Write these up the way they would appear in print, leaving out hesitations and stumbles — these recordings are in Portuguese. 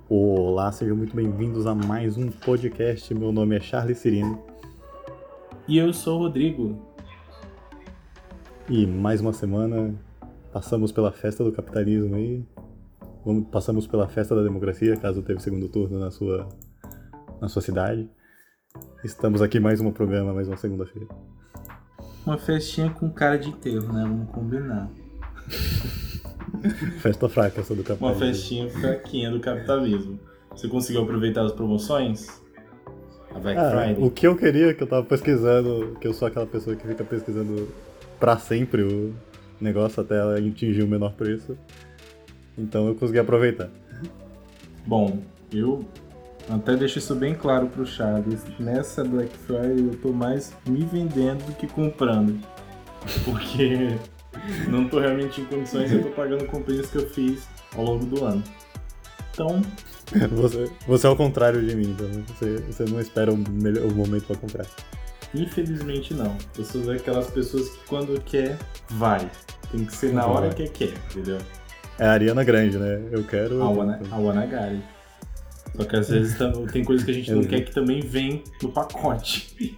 Olá, sejam muito bem-vindos a mais um podcast. Meu nome é Charles Cirino. E eu sou o Rodrigo. E mais uma semana passamos pela festa do capitalismo aí. Passamos pela festa da democracia, caso teve segundo turno na sua cidade. Estamos aqui mais um programa, mais uma segunda-feira. Uma festinha com cara de enterro, né? Vamos combinar. Festa fraca essa do capitalismo. Uma festinha fraquinha do capitalismo. Você conseguiu aproveitar as promoções? A Black Friday? O que eu queria, que eu tava pesquisando, que eu sou aquela pessoa que fica pesquisando pra sempre o negócio até ela atingir o menor preço. Então eu consegui aproveitar. Bom, eu até deixo isso bem claro pro Charles. Nessa Black Friday eu tô mais me vendendo do que comprando. Porque não tô realmente em condições, eu tô pagando com preços que eu fiz ao longo do ano. Então, Você é o contrário de mim, então você não espera o momento pra comprar. infelizmente não. Eu sou daquelas pessoas que quando quer, vai. Tem que ser na hora que quer, entendeu? É a Ariana Grande, né? Eu quero... A Wanagari. Só que às vezes tem coisas que a gente não quer que também vem no pacote.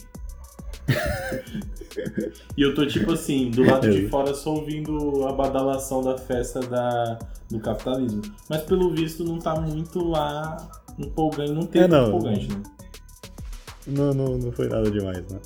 E eu tô tipo assim, do lado de fora só ouvindo a badalação da festa do capitalismo. Mas pelo visto não tá muito lá empolgante, não teve muito empolgante, né? Não foi nada demais, né?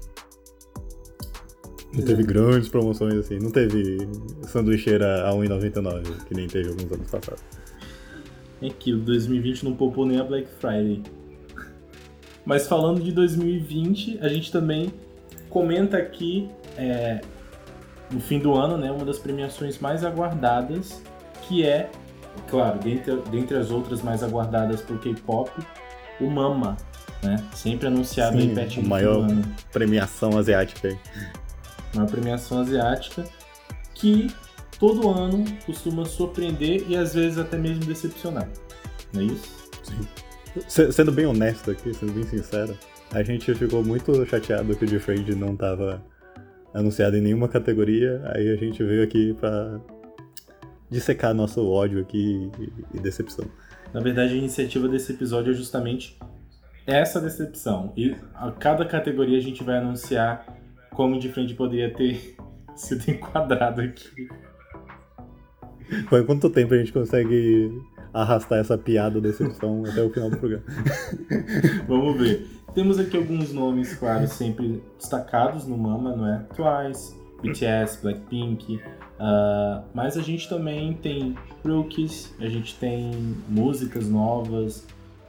Não teve grandes promoções assim, não teve sanduicheira a R$1,99, que nem teve alguns anos passados. É que o 2020 não poupou nem a Black Friday. Mas falando de 2020, a gente também comenta aqui, no fim do ano, né, uma das premiações mais aguardadas, que é, claro, dentre as outras mais aguardadas por K-pop, o MAMA, né? Sempre anunciado aí pertinho do fim do ano. Maior premiação asiática aí. Uma premiação asiática que todo ano costuma surpreender e às vezes até mesmo decepcionar, não é isso? Sim. Sendo bem honesto aqui, sendo bem sincero, a gente ficou muito chateado que o Defrade não estava anunciado em nenhuma categoria, aí a gente veio aqui pra dissecar nosso ódio aqui e decepção. Na verdade, a iniciativa desse episódio é justamente essa decepção. E a cada categoria a gente vai anunciar como o Defrade poderia ter sido enquadrado aqui. Por quanto tempo a gente consegue arrastar essa piada decepção até o final do programa? Vamos ver. Temos aqui alguns nomes, claro, sempre destacados no MAMA, não é? Twice, BTS, Blackpink, mas a gente também tem rookies, a gente tem músicas novas,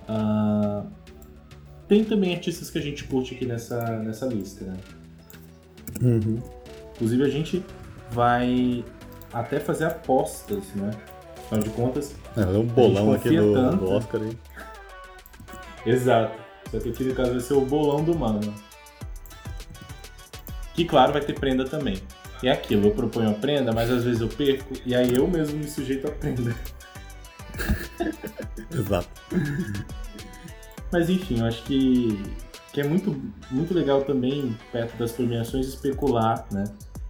tem também artistas que a gente curte aqui nessa lista, né? Uhum. Inclusive a gente vai até fazer apostas, né? Afinal de contas, É um bolão aqui do Oscar aí. Exato. Só que aqui no caso vai ser o bolão do MAMA. Que claro vai ter prenda também. E é aquilo, eu proponho a prenda, mas às vezes eu perco, e aí eu mesmo me sujeito à prenda. Exato. Mas enfim, eu acho que é muito, muito legal também, perto das premiações, especular, né?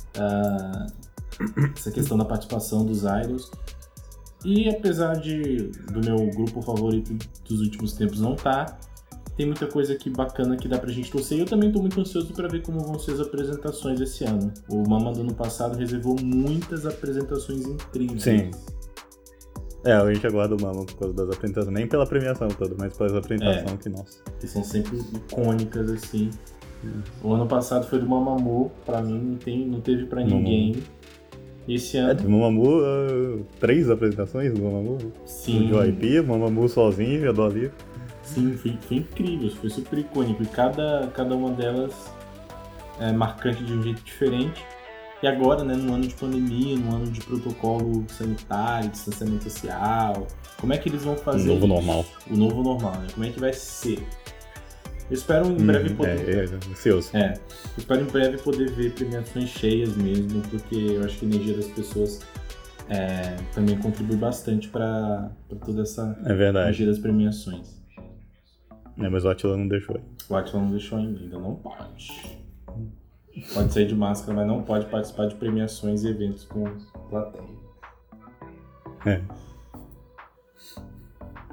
Essa questão da participação dos idols. E apesar do meu grupo favorito dos últimos tempos não tá, tem muita coisa aqui bacana que dá pra gente torcer. E eu também tô muito ansioso pra ver como vão ser as apresentações esse ano. O MAMA do ano passado reservou muitas apresentações incríveis. Sim. A gente aguarda o MAMA por causa das apresentações, nem pela premiação toda, mas pelas apresentações que, nossa. Que são sempre icônicas, assim. O ano passado foi do Mamamoo, pra mim não teve pra ninguém. Esse ano... teve Mamamoo, 3 apresentações do Mamamoo. Sim. O JYP, o Mamamoo sozinho e a Dua Lipa. Sim, foi incrível, foi super icônico. E cada uma delas é marcante de um jeito diferente. E agora, né, no ano de pandemia, no ano de protocolo sanitário, distanciamento social, como é que eles vão fazer O novo normal. O novo normal, né? Como é que vai ser? Eu espero em breve poder... ansioso. Eu espero em breve poder ver premiações cheias mesmo, porque eu acho que a energia das pessoas também contribui bastante para toda essa energia das premiações. Mas o Attila não deixou. O Attila não deixou ainda, não pode. Pode sair de máscara, mas não pode participar de premiações e eventos com plateia.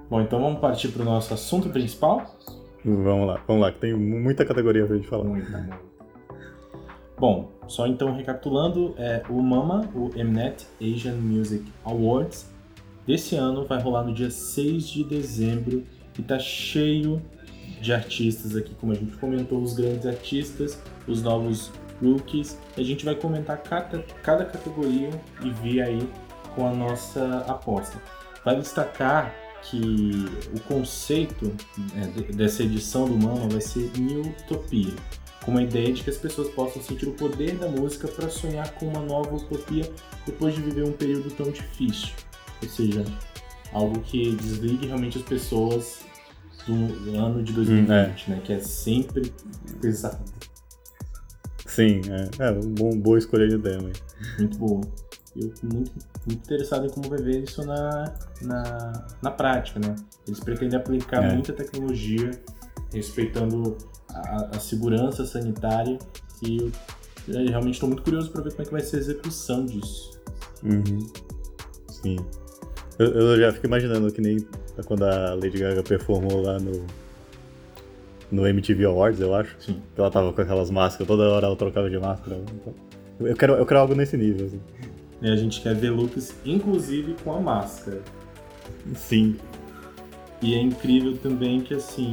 Bom, então vamos partir para o nosso assunto principal? Vamos lá, que tem muita categoria pra gente falar. Muito. Bom, só então recapitulando, o MAMA, o Mnet Asian Music Awards, desse ano vai rolar no dia 6 de dezembro e tá cheio de artistas aqui, como a gente comentou, os grandes artistas, os novos rookies. A gente vai comentar cada categoria e vir aí com a nossa aposta. Vale destacar que o conceito dessa edição do MAMA vai ser New Utopia, com a ideia de que as pessoas possam sentir o poder da música para sonhar com uma nova utopia depois de viver um período tão difícil. Ou seja, algo que desligue realmente as pessoas do ano de 2020, né? Que é sempre pesado. Sim, boa escolha de ideia, né? Muito boa. Eu fico muito interessado em como vai ver isso na prática, né? Eles pretendem aplicar muita tecnologia, respeitando a segurança sanitária, e eu realmente estou muito curioso para ver como é que vai ser a execução disso. Sim. Eu já fico imaginando que nem quando a Lady Gaga performou lá no MTV Awards, eu acho. Sim. Que ela tava com aquelas máscaras, toda hora ela trocava de máscara. Então, eu quero algo nesse nível, assim. E a gente quer ver looks, inclusive com a máscara. Sim. E é incrível também que, assim,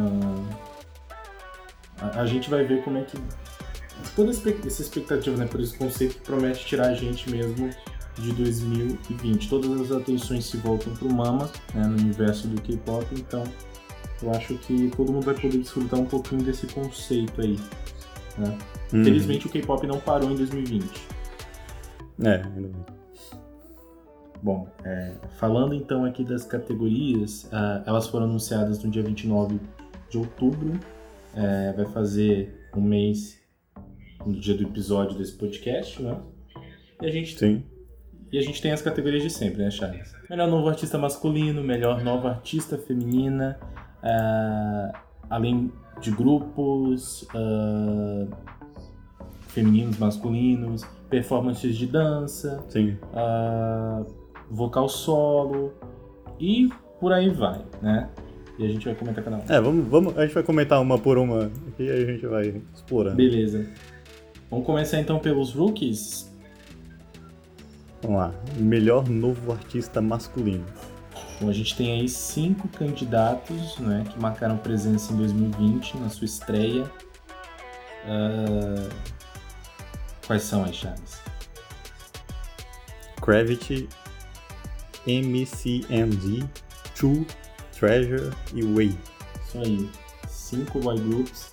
a gente vai ver como é que toda essa expectativa, né, por esse conceito que promete tirar a gente mesmo de 2020. Todas as atenções se voltam pro MAMA, né, no universo do K-pop, então eu acho que todo mundo vai poder desfrutar um pouquinho desse conceito aí, né? Felizmente o K-pop não parou em 2020. Ainda bem. Bom, falando então aqui das categorias, elas foram anunciadas no dia 29 de outubro, vai fazer um mês no dia do episódio desse podcast, né? Sim. E a gente tem as categorias de sempre, né, Charles? Melhor novo artista masculino, melhor nova artista feminina, além de grupos femininos, masculinos, performances de dança, Sim. Vocal solo e por aí vai, né? E a gente vai comentar cada um. A gente vai comentar uma por uma e aí a gente vai explorando. Beleza. Vamos começar então pelos rookies. Vamos lá. Melhor novo artista masculino. Bom, a gente tem aí 5 candidatos, né, que marcaram presença em 2020 na sua estreia. Quais são aí, Charles? Gravity, MCMD, Two, Treasure e Way. Isso aí. 5 boy groups.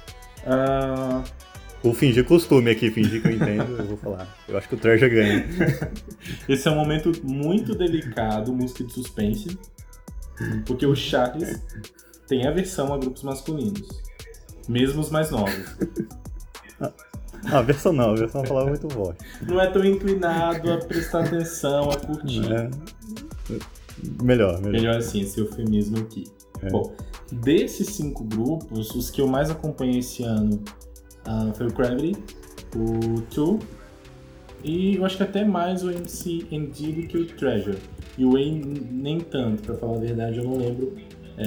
Vou fingir costume aqui, fingir que eu entendo, eu vou falar. Eu acho que o Treasure ganha. Esse é um momento muito delicado, música de suspense, porque o Charles tem aversão a grupos masculinos, mesmo os mais novos. A versão não, a versão é uma palavra muito forte. Não é tão inclinado a prestar atenção, a curtir. Melhor. Melhor assim, esse eufemismo aqui. Bom, desses 5 grupos, os que eu mais acompanhei esse ano foi o Gravity, o Two, e eu acho que até mais o MCMD do que o Treasure. E o Way nem tanto, pra falar a verdade, eu não lembro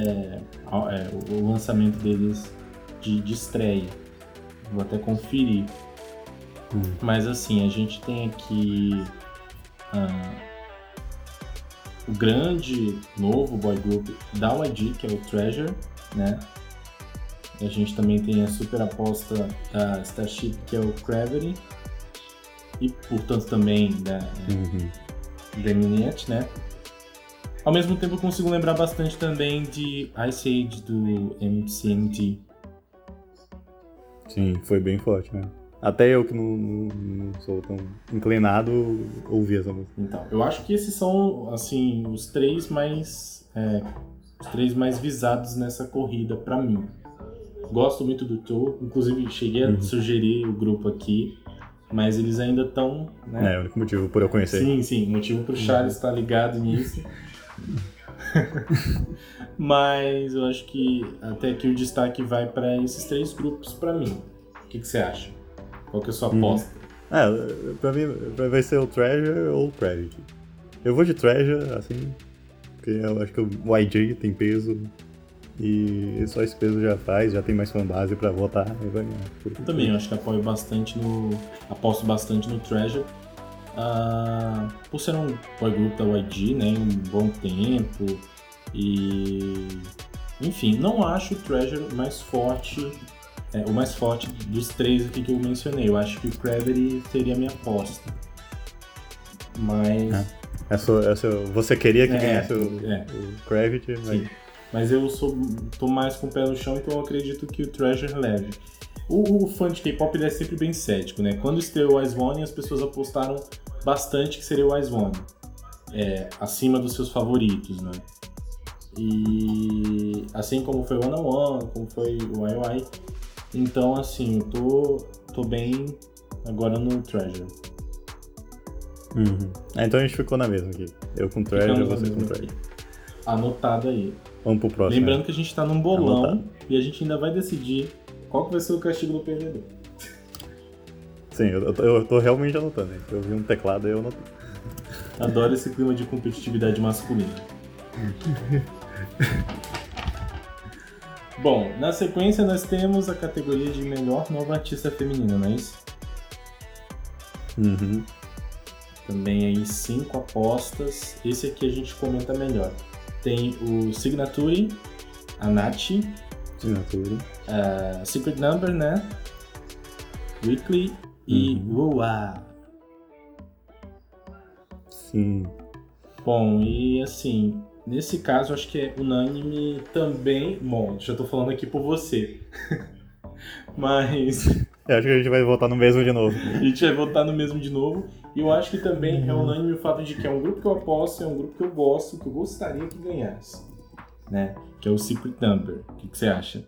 o lançamento deles de estreia. Vou até conferir. Mas assim, a gente tem aqui o grande novo boy group da YG, que é o Treasure, né? E a gente também tem a super aposta da Starship, que é o Gravity, e portanto também da Mnet, né? Ao mesmo tempo eu consigo lembrar bastante também de Ice Age do MCMD. Sim, foi bem forte, né? Até eu que não sou tão inclinado, ouvi essa música. Então, eu acho que esses são, assim, os três mais visados nessa corrida pra mim. Gosto muito do Toe, inclusive cheguei a sugerir o grupo aqui, mas eles ainda estão, né? É o único motivo por eu conhecer. Sim, motivo pro Charles estar ligado nisso. Mas eu acho que até aqui o destaque vai para esses 3 grupos pra mim. O que você acha? Qual que é a sua aposta? Pra mim vai ser o Treasure ou o Gravity. Eu vou de Treasure, assim, porque eu acho que o YG tem peso e só esse peso já tem mais fanbase pra votar e ganhar. Eu também, eu acho que aposto bastante no Treasure. Por ser um boy group da YG, né, um bom tempo e... Enfim, não acho o Treasure mais forte, o mais forte dos três aqui que eu mencionei. Eu acho que o Gravity seria a minha aposta. Mas... Você queria que ganhasse o Gravity, mas... Sim. Mas eu tô mais com o pé no chão, então eu acredito que o Treasure leve. O fã de K-pop ele é sempre bem cético, né? Quando estreou o IZ*ONE, as pessoas apostaram bastante que seria o IZ*ONE, acima dos seus favoritos, né? E assim como foi o One on One, como foi o YY, então assim, eu tô bem agora no Treasure. Então a gente ficou na mesma aqui. Eu com Treasure, você com Treasure. Anotado aí. Vamos pro próximo. Lembrando que a gente tá num bolão e a gente ainda vai decidir qual que vai ser o castigo do perdedor. Sim, eu tô realmente anotando. Eu vi um teclado e eu anotei. Adoro esse clima de competitividade masculina. Bom, na sequência nós temos a categoria de melhor nova artista feminina, não é isso? Também aí 5 apostas. Esse aqui a gente comenta melhor. Tem o Signature, a Naty, Secret Number, né? Weekly e Wua. Sim. Bom, e assim, nesse caso acho que é unânime também. Bom, já tô falando aqui por você. Mas... Eu acho que a gente vai votar no mesmo de novo. A gente vai votar no mesmo de novo. E eu acho que também é unânime o fato de que é um grupo que eu aposto, é um grupo que eu gosto, que eu gostaria que ganhasse, né? Que é o Secret Number. O que você acha?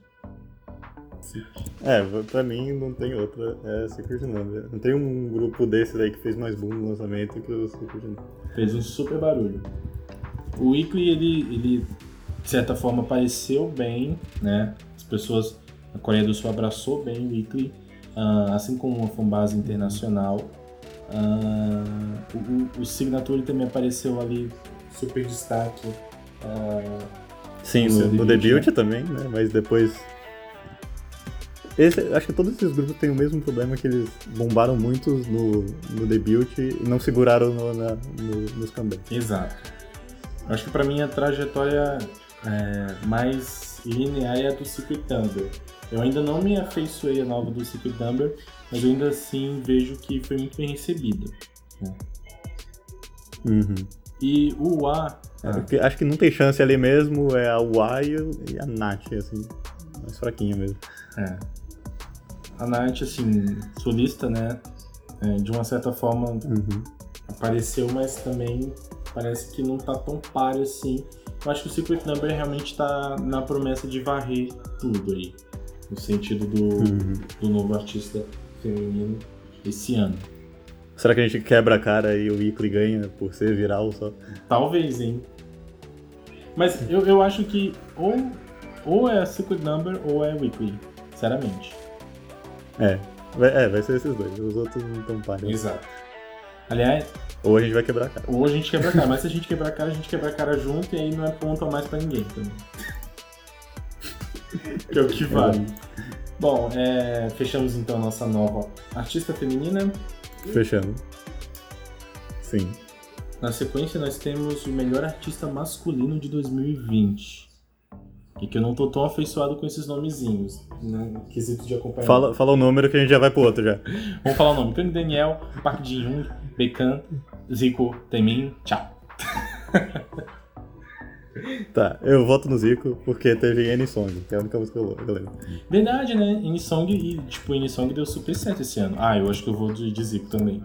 Pra mim não tem outra, é Secret Number. Não tem um grupo desse daí que fez mais boom no lançamento que o Secret Number. Fez um super barulho. O Weekly, ele de certa forma apareceu bem, né? As pessoas, a Coreia do Sul abraçou bem o Weekly, assim como uma fanbase internacional. O Signature também apareceu ali, super destaque. Sim, no debut, né? Também, né? Mas depois... acho que todos esses grupos têm o mesmo problema, que eles bombaram muito no debut e não seguraram nos comebacks. Exato. Acho que pra mim a trajetória mais linear é a do Secret Number. Eu ainda não me afeiçoei a nova do Secret Number, mas eu ainda assim vejo que foi muito bem recebida. Né? E o UA... Acho que não tem chance ali mesmo, é a UA e a Naty, assim, mais fraquinha mesmo. A Naty, assim, solista, né, de uma certa forma apareceu, mas também parece que não tá tão páreo assim. Eu acho que o Secret Number realmente tá na promessa de varrer tudo aí, no sentido do novo artista feminino esse ano. Será que a gente quebra a cara e o Weekly ganha por ser viral só? Talvez, hein? Mas eu acho que ou é Secret Number ou é Weekly, sinceramente. Vai ser esses dois, os outros não estão páreos. Exato. Aliás... Ou a gente vai quebrar a cara. Ou a gente quebra a cara, mas se a gente quebrar a gente quebra a cara junto e aí não é ponto a mais pra ninguém também. Que é o que vale. Bom, fechamos então a nossa nova artista feminina. Fechamos. Sim. Na sequência nós temos o melhor artista masculino de 2020. E que eu não tô tão afeiçoado com esses nomezinhos, né? Quesito de acompanhamento. Fala o número que a gente já vai pro outro já. Vamos falar o nome. Kang Daniel, Park Ji-young, Baekhyun, Zico, Taemin, tchau. Tá, eu voto no Zico porque teve N-Song, que é a única música que eu lembro. Verdade, né? N-Song, e tipo, N-Song deu super certo esse ano. Eu acho que eu vou de Zico também.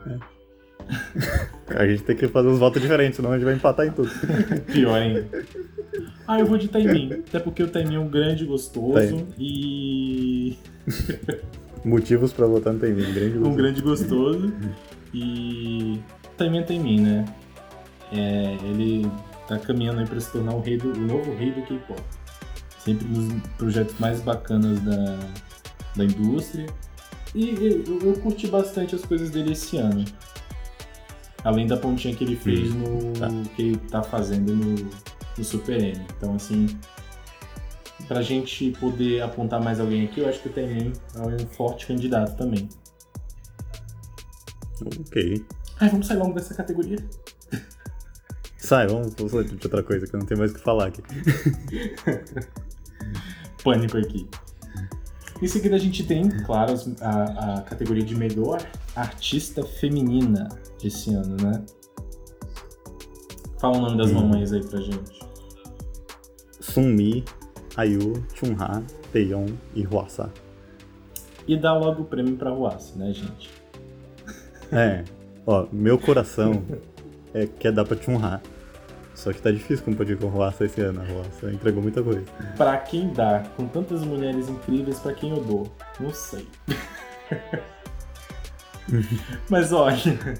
A gente tem que fazer uns votos diferentes, senão a gente vai empatar em tudo. Pior ainda. Eu vou de Taemin, até porque o Taemin é um grande gostoso e... Motivos pra votar no Taemin, um grande gostoso. E... Taemin, né? Ele tá caminhando aí pra se tornar o novo rei do K-pop. Sempre nos projetos mais bacanas da indústria. E eu curti bastante as coisas dele esse ano. Além da pontinha que ele fez que ele tá fazendo no Super M. Então, assim, pra gente poder apontar mais alguém aqui, eu acho que o Taemin é um forte candidato também. Ok. Ai, vamos sair logo dessa categoria. Sai, vamos falar de outra coisa que eu não tenho mais o que falar aqui. Pânico aqui. Em seguida a gente tem, claro, a categoria de melhor artista feminina desse ano, né? Fala o nome das mamães aí pra gente. Sunmi, IU, Chungha, Taeyeon e Hwasa. E dá logo o prêmio pra Hwasa, né, gente? Ó, meu coração quer dar pra Chungha. Só que tá difícil competir com o Hwasa esse ano. A Hwasa entregou muita coisa. Pra quem dá? Com tantas mulheres incríveis, pra quem eu dou? Não sei. Mas olha,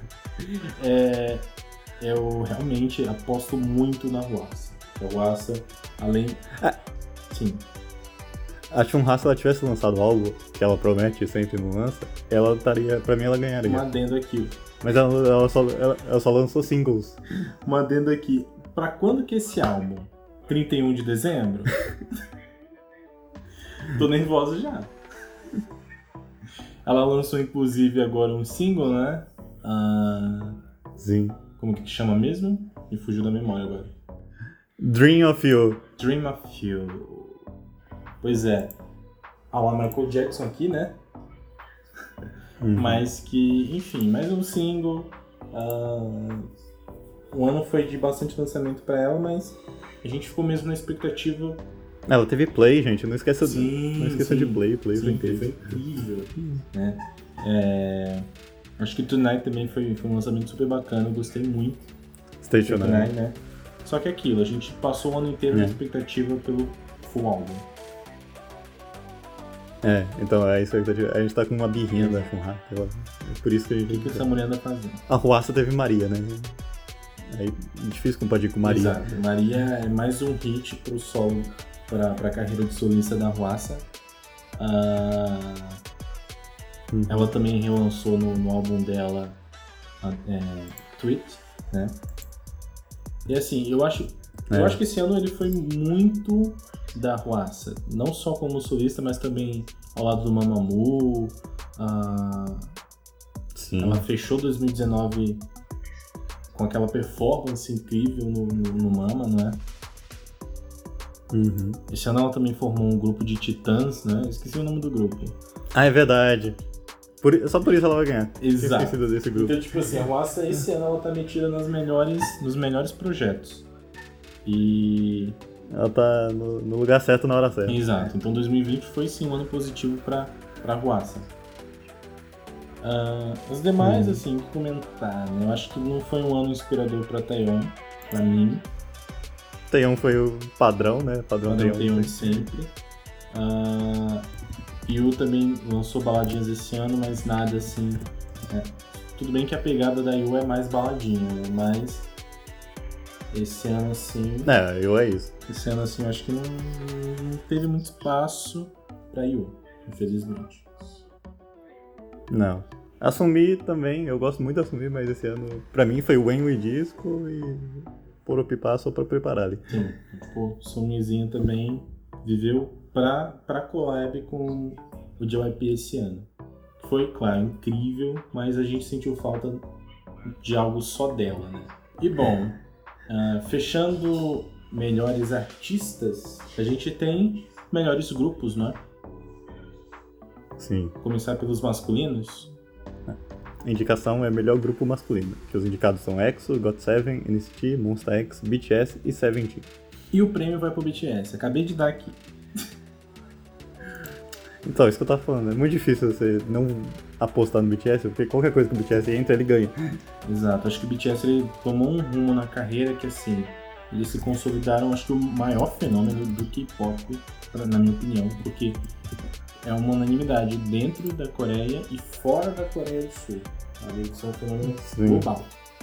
eu realmente aposto muito na Hwasa. A Hwasa, além... Sim. A Chungha, se ela tivesse lançado algo que ela promete sempre não lança, ela estaria... Pra mim, ela ganharia. Um adendo aqui. Mas ela só lançou singles. Um adendo aqui. Pra quando que esse álbum? 31 de dezembro? Tô nervosa já. Ela lançou, inclusive, agora um single, né? Sim. Como que chama mesmo? Me fugiu da memória agora. Dream of You. Dream of You. Pois é. A la Michael Jackson aqui, né? Mas que, enfim, mais um single. O ano foi de bastante lançamento pra ela, mas a gente ficou mesmo na expectativa. Ela teve Play, gente. Não esqueça de Play. Play foi incrível. Incrível. Né? Acho que Tonight também foi um lançamento super bacana. Eu gostei muito. Stationary. Né? Só que aquilo, a gente passou o ano inteiro na expectativa pelo full álbum. Então a expectativa. A gente tá com uma birrinha da Chungha. Por isso que a gente. O que essa mulher anda fazendo? A Hwasa teve Maria, né? Aí difícil competir com Maria. Exato. Maria é mais um hit pro solo, pra carreira de solista da Hwasa. Ela também relançou no álbum dela Tweet, né? E assim, eu acho que esse ano ele foi muito da Hwasa, não só como solista, mas também ao lado do Mamamoo. Sim. Ela fechou 2019 com aquela performance incrível no Mama, não é? Esse ano ela também formou um grupo de titãs, né? Esqueci o nome do grupo. É verdade. Só por isso ela vai ganhar. Exato. Esquecido desse grupo. Então, tipo assim, a Hwasa esse ano ela tá metida nos melhores projetos. E... ela tá no lugar certo na hora certa. Exato. Então 2020 foi sim um ano positivo pra Hwasa. Os demais, assim, o que comentar, né? Eu acho que não foi um ano inspirador pra Taeyeon, pra mim. Taeyeon foi o padrão, né? Padrão Taeyeon de sempre. IU também lançou baladinhas esse ano, mas nada assim... Tudo bem que a pegada da IU é mais baladinha, né? Mas esse ano, assim... IU é isso. Esse ano, assim, eu acho que não teve muito espaço pra IU, infelizmente. Não. A Sunmi também, eu gosto muito da Sunmi, mas esse ano, pra mim, foi o Wenwei Disco e Poropipá só pra preparar ali. Sim, tipo, Sunmizinha também viveu pra collab com o JYP esse ano. Foi, claro, incrível, mas a gente sentiu falta de algo só dela, né? E bom, fechando melhores artistas, a gente tem melhores grupos, né? Sim. Começar pelos masculinos. A indicação é melhor grupo masculino, que os indicados são EXO, GOT7, NCT, Monsta X, BTS e Seventeen. E o prêmio vai pro BTS, acabei de dar aqui. Então, isso que eu tava falando, é muito difícil você não apostar no BTS, porque qualquer coisa que o BTS entra, ele ganha. Exato, acho que o BTS ele tomou um rumo na carreira que, assim, eles se consolidaram, acho que o maior fenômeno do K-pop, na minha opinião, porque é uma unanimidade dentro da Coreia e fora da Coreia do Sul. Eles são um fenômeno global.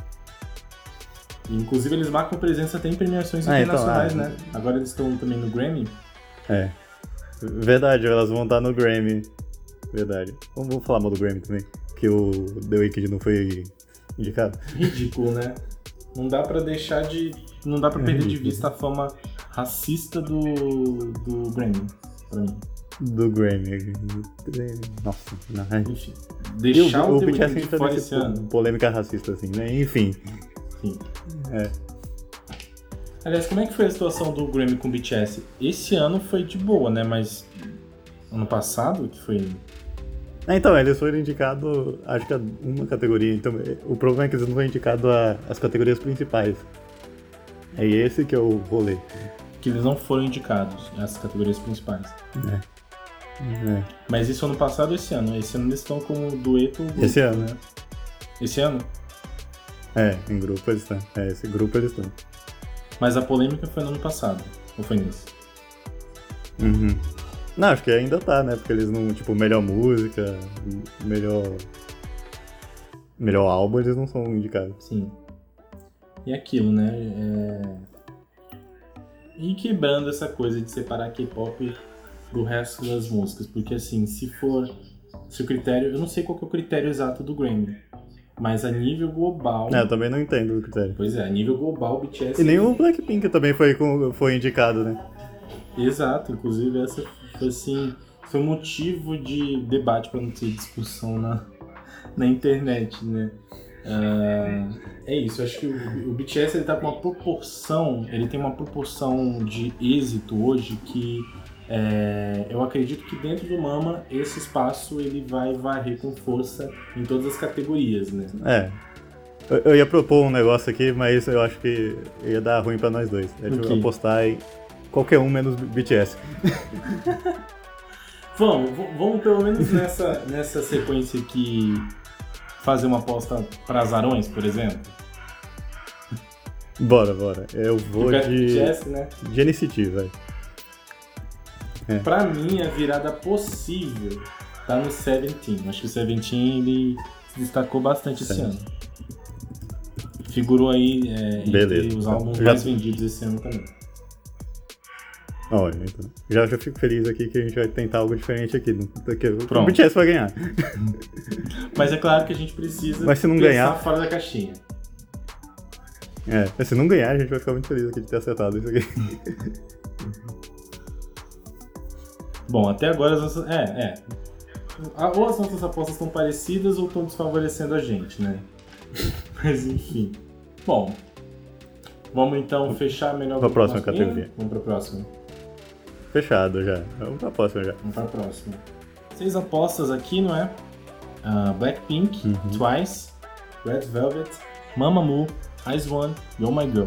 E, inclusive, eles marcam presença até em premiações internacionais, né? Agora eles estão também no Grammy. Verdade, elas vão estar no Grammy. Verdade. Vamos falar mal do Grammy também, que o The Weeknd não foi indicado. Ridículo, né? Não dá pra deixar de... Não dá pra perder de vista a fama racista do Grammy, pra mim. Do Grammy. Nossa, não. Enfim, deixar o The BTS Weeknd de fora esse ano. polêmica racista, assim, né? Enfim. Sim. É. Aliás, como é que foi a situação do Grammy com o BTS? Esse ano foi de boa, né? Mas ano passado, que foi... Então, eles foram indicados, acho que a uma categoria. Então, o problema é que eles não foram indicados as categorias principais. É esse que é o rolê. Que eles não foram indicados, as categorias principais. É. Mas isso ano passado ou esse ano? Esse ano eles estão como dueto... Grupo, Esse ano. né? Esse ano? Em grupo eles estão. Esse grupo eles estão. Mas a polêmica foi no ano passado, ou foi nesse? Uhum. Não, acho que ainda tá, né? Porque eles não, tipo, melhor música, melhor álbum, eles não são indicados. Sim. E aquilo, né? E quebrando essa coisa de separar K-pop do resto das músicas. Porque assim, se o critério... Eu não sei qual que é o critério exato do Grammy. Mas a nível global... Eu também não entendo o critério. Pois é, a nível global, o BTS... E nem o Blackpink também foi indicado, né? Exato, inclusive essa foi assim... Foi motivo de debate para não ter discussão na internet, né? É isso, acho que o BTS ele tá com uma proporção... Ele tem uma proporção de êxito hoje que... eu acredito que dentro do Mama esse espaço ele vai varrer com força em todas as categorias, né? Eu ia propor um negócio aqui, mas eu acho que ia dar ruim pra nós dois. A gente vai apostar em qualquer um menos BTS. Vamos pelo menos nessa sequência aqui fazer uma aposta para Azarões, por exemplo? Bora. Eu vou de BTS, né? de NCT, velho. Pra mim, a virada possível tá no Seventeen. Acho que o Seventeen ele se destacou bastante esse ano. Figurou aí entre os álbuns mais vendidos esse ano também. Olha, então. Já fico feliz aqui que a gente vai tentar algo diferente aqui. Pronto. O BTS vai ganhar. Mas é claro que a gente precisa mas se não pensar ganhar, fora da caixinha. Mas se não ganhar, a gente vai ficar muito feliz aqui de ter acertado isso aqui. Bom, até agora as nossas... Ou as nossas apostas estão parecidas ou estão desfavorecendo a gente, né? Mas enfim. Bom, vamos então fechar melhor... Pra próxima categoria. Vamos pra próxima. Fechado já. Vamos pra próxima já. Vamos pra próxima. 6 apostas aqui, não é? Blackpink, Twice, Red Velvet, Mamamoo, IZ*ONE e Oh My Girl.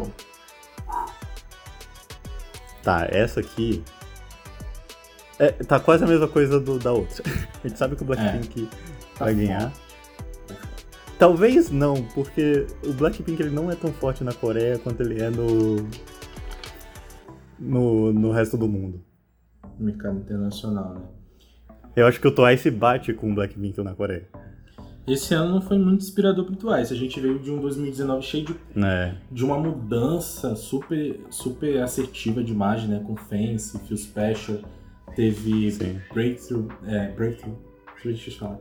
Tá, essa aqui... tá quase a mesma coisa da outra. A gente sabe que o Blackpink vai ganhar. Talvez não, porque o Blackpink ele não é tão forte na Coreia quanto ele é no resto do mundo. No mercado internacional, né? Eu acho que o Twice bate com o Blackpink na Coreia. Esse ano não foi muito inspirador pro Twice. A gente veio de um 2019 cheio de uma mudança super, super assertiva de imagem, né? Com Fancy, Feel Special. Teve Breakthrough, deixa eu falar,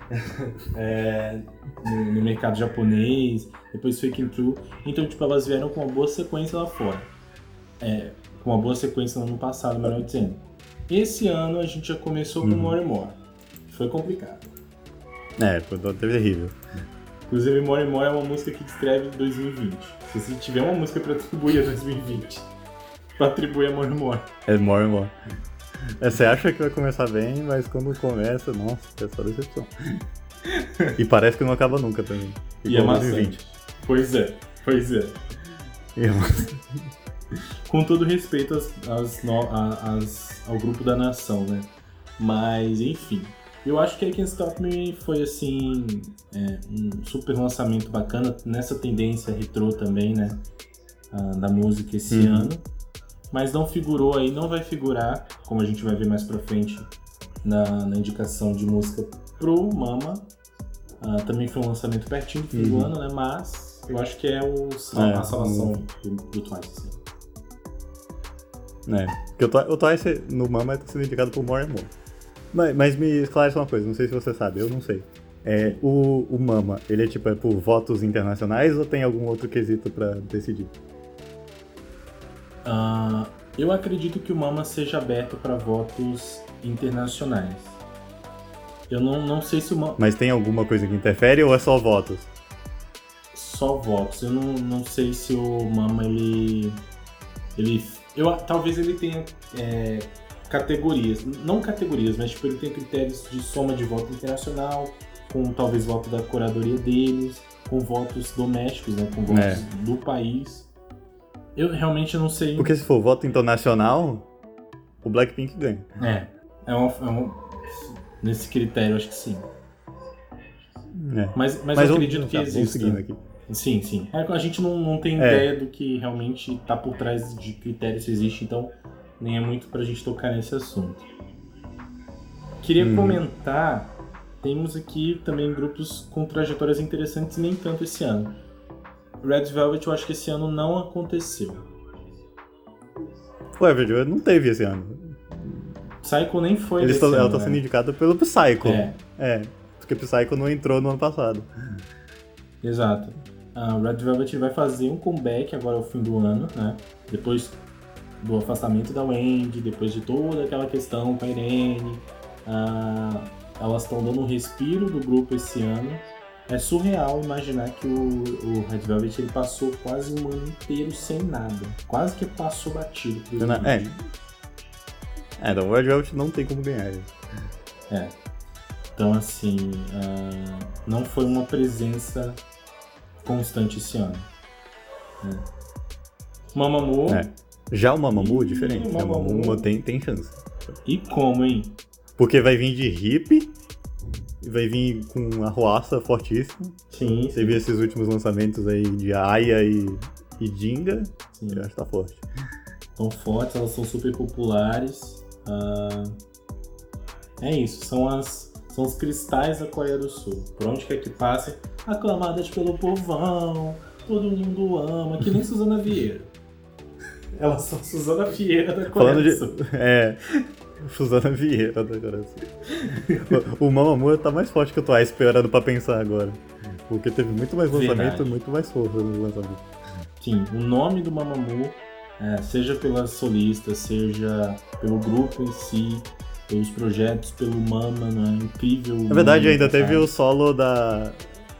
no mercado japonês, depois Faking True. Então, tipo, elas vieram com uma boa sequência lá fora. Com uma boa sequência no ano passado, melhor dizendo. Esse ano a gente já começou com More and More. Foi complicado. Foi terrível. Inclusive, More and More é uma música que descreve 2020. Se você tiver uma música pra atribuir a 2020, pra atribuir a More and More. É More and More. Você acha que vai começar bem, mas quando começa, nossa, é só decepção. E parece que não acaba nunca também. E é maçante. Pois é. E é maçante. Com todo respeito ao grupo da nação, né? Mas, enfim. Eu acho que I Can't Stop Me foi, assim, um super lançamento bacana nessa tendência retrô também, né? Da música esse ano. Mas não figurou aí, não vai figurar, como a gente vai ver mais pra frente, na indicação de música pro Mama. Também foi um lançamento pertinho do fim do ano, né? Mas eu acho que é a salvação do Twice. Assim. Porque o Twice no Mama tá sendo indicado por More and More. Mas me esclarece uma coisa, não sei se você sabe, eu não sei. O Mama, ele é por votos internacionais ou tem algum outro quesito pra decidir? Eu acredito que o Mama seja aberto para votos internacionais. Eu não sei se o Mama... Mas tem alguma coisa que interfere ou é só votos? Só votos. Eu não sei se o Mama, talvez ele tenha categorias. Não categorias, mas tipo, ele tem critérios de soma de voto internacional, com talvez voto da curadoria deles, com votos domésticos, né? Com votos do país. Eu realmente não sei. Porque se for voto internacional, o Blackpink ganha. Nesse critério, acho que sim. Mas eu acredito que existe. Vamos seguindo aqui. Sim. A gente não tem ideia do que realmente está por trás de critérios se existe, então nem é muito pra gente tocar nesse assunto. Queria comentar, temos aqui também grupos com trajetórias interessantes, nem tanto esse ano. Red Velvet eu acho que esse ano não aconteceu. O Everjoy não teve esse ano. Psycho nem foi Ela ano, tá sendo indicada pelo Psycho. Porque Psycho não entrou no ano passado. Exato. Red Velvet vai fazer um comeback agora ao fim do ano, né? Depois do afastamento da Wendy, depois de toda aquela questão com a Irene. Elas estão dando um respiro do grupo esse ano. É surreal imaginar que o Red Velvet ele passou quase um ano inteiro sem nada. Quase que passou batido. Então o Red Velvet não tem como ganhar. Então assim, não foi uma presença constante esse ano. Mamamoo. Já o Mamamoo é diferente. O Mamamoo tem chance. E como, hein? Porque vai vir de hip, vai vir com uma arruaça fortíssima. Sim. Você viu esses últimos lançamentos aí de Aya e Jinga. Sim. Eu acho que tá forte. Estão fortes, elas são super populares. É isso, são os cristais da Coreia do Sul. Por onde quer que passe, aclamadas pelo povão, todo mundo ama, que nem Suzana Vieira. Elas são Suzana Vieira da Coreia do Sul. Suzana Vieira da Coreia do Sul. O Mamamoo tá mais forte que o Twice, esperando pra pensar agora. Porque teve muito mais lançamento e muito mais força no lançamento. Sim, o nome do Mamamoo, seja pelas solistas, seja pelo grupo em si, pelos projetos, pelo Mama, né? Incrível. Na verdade, ainda teve o solo da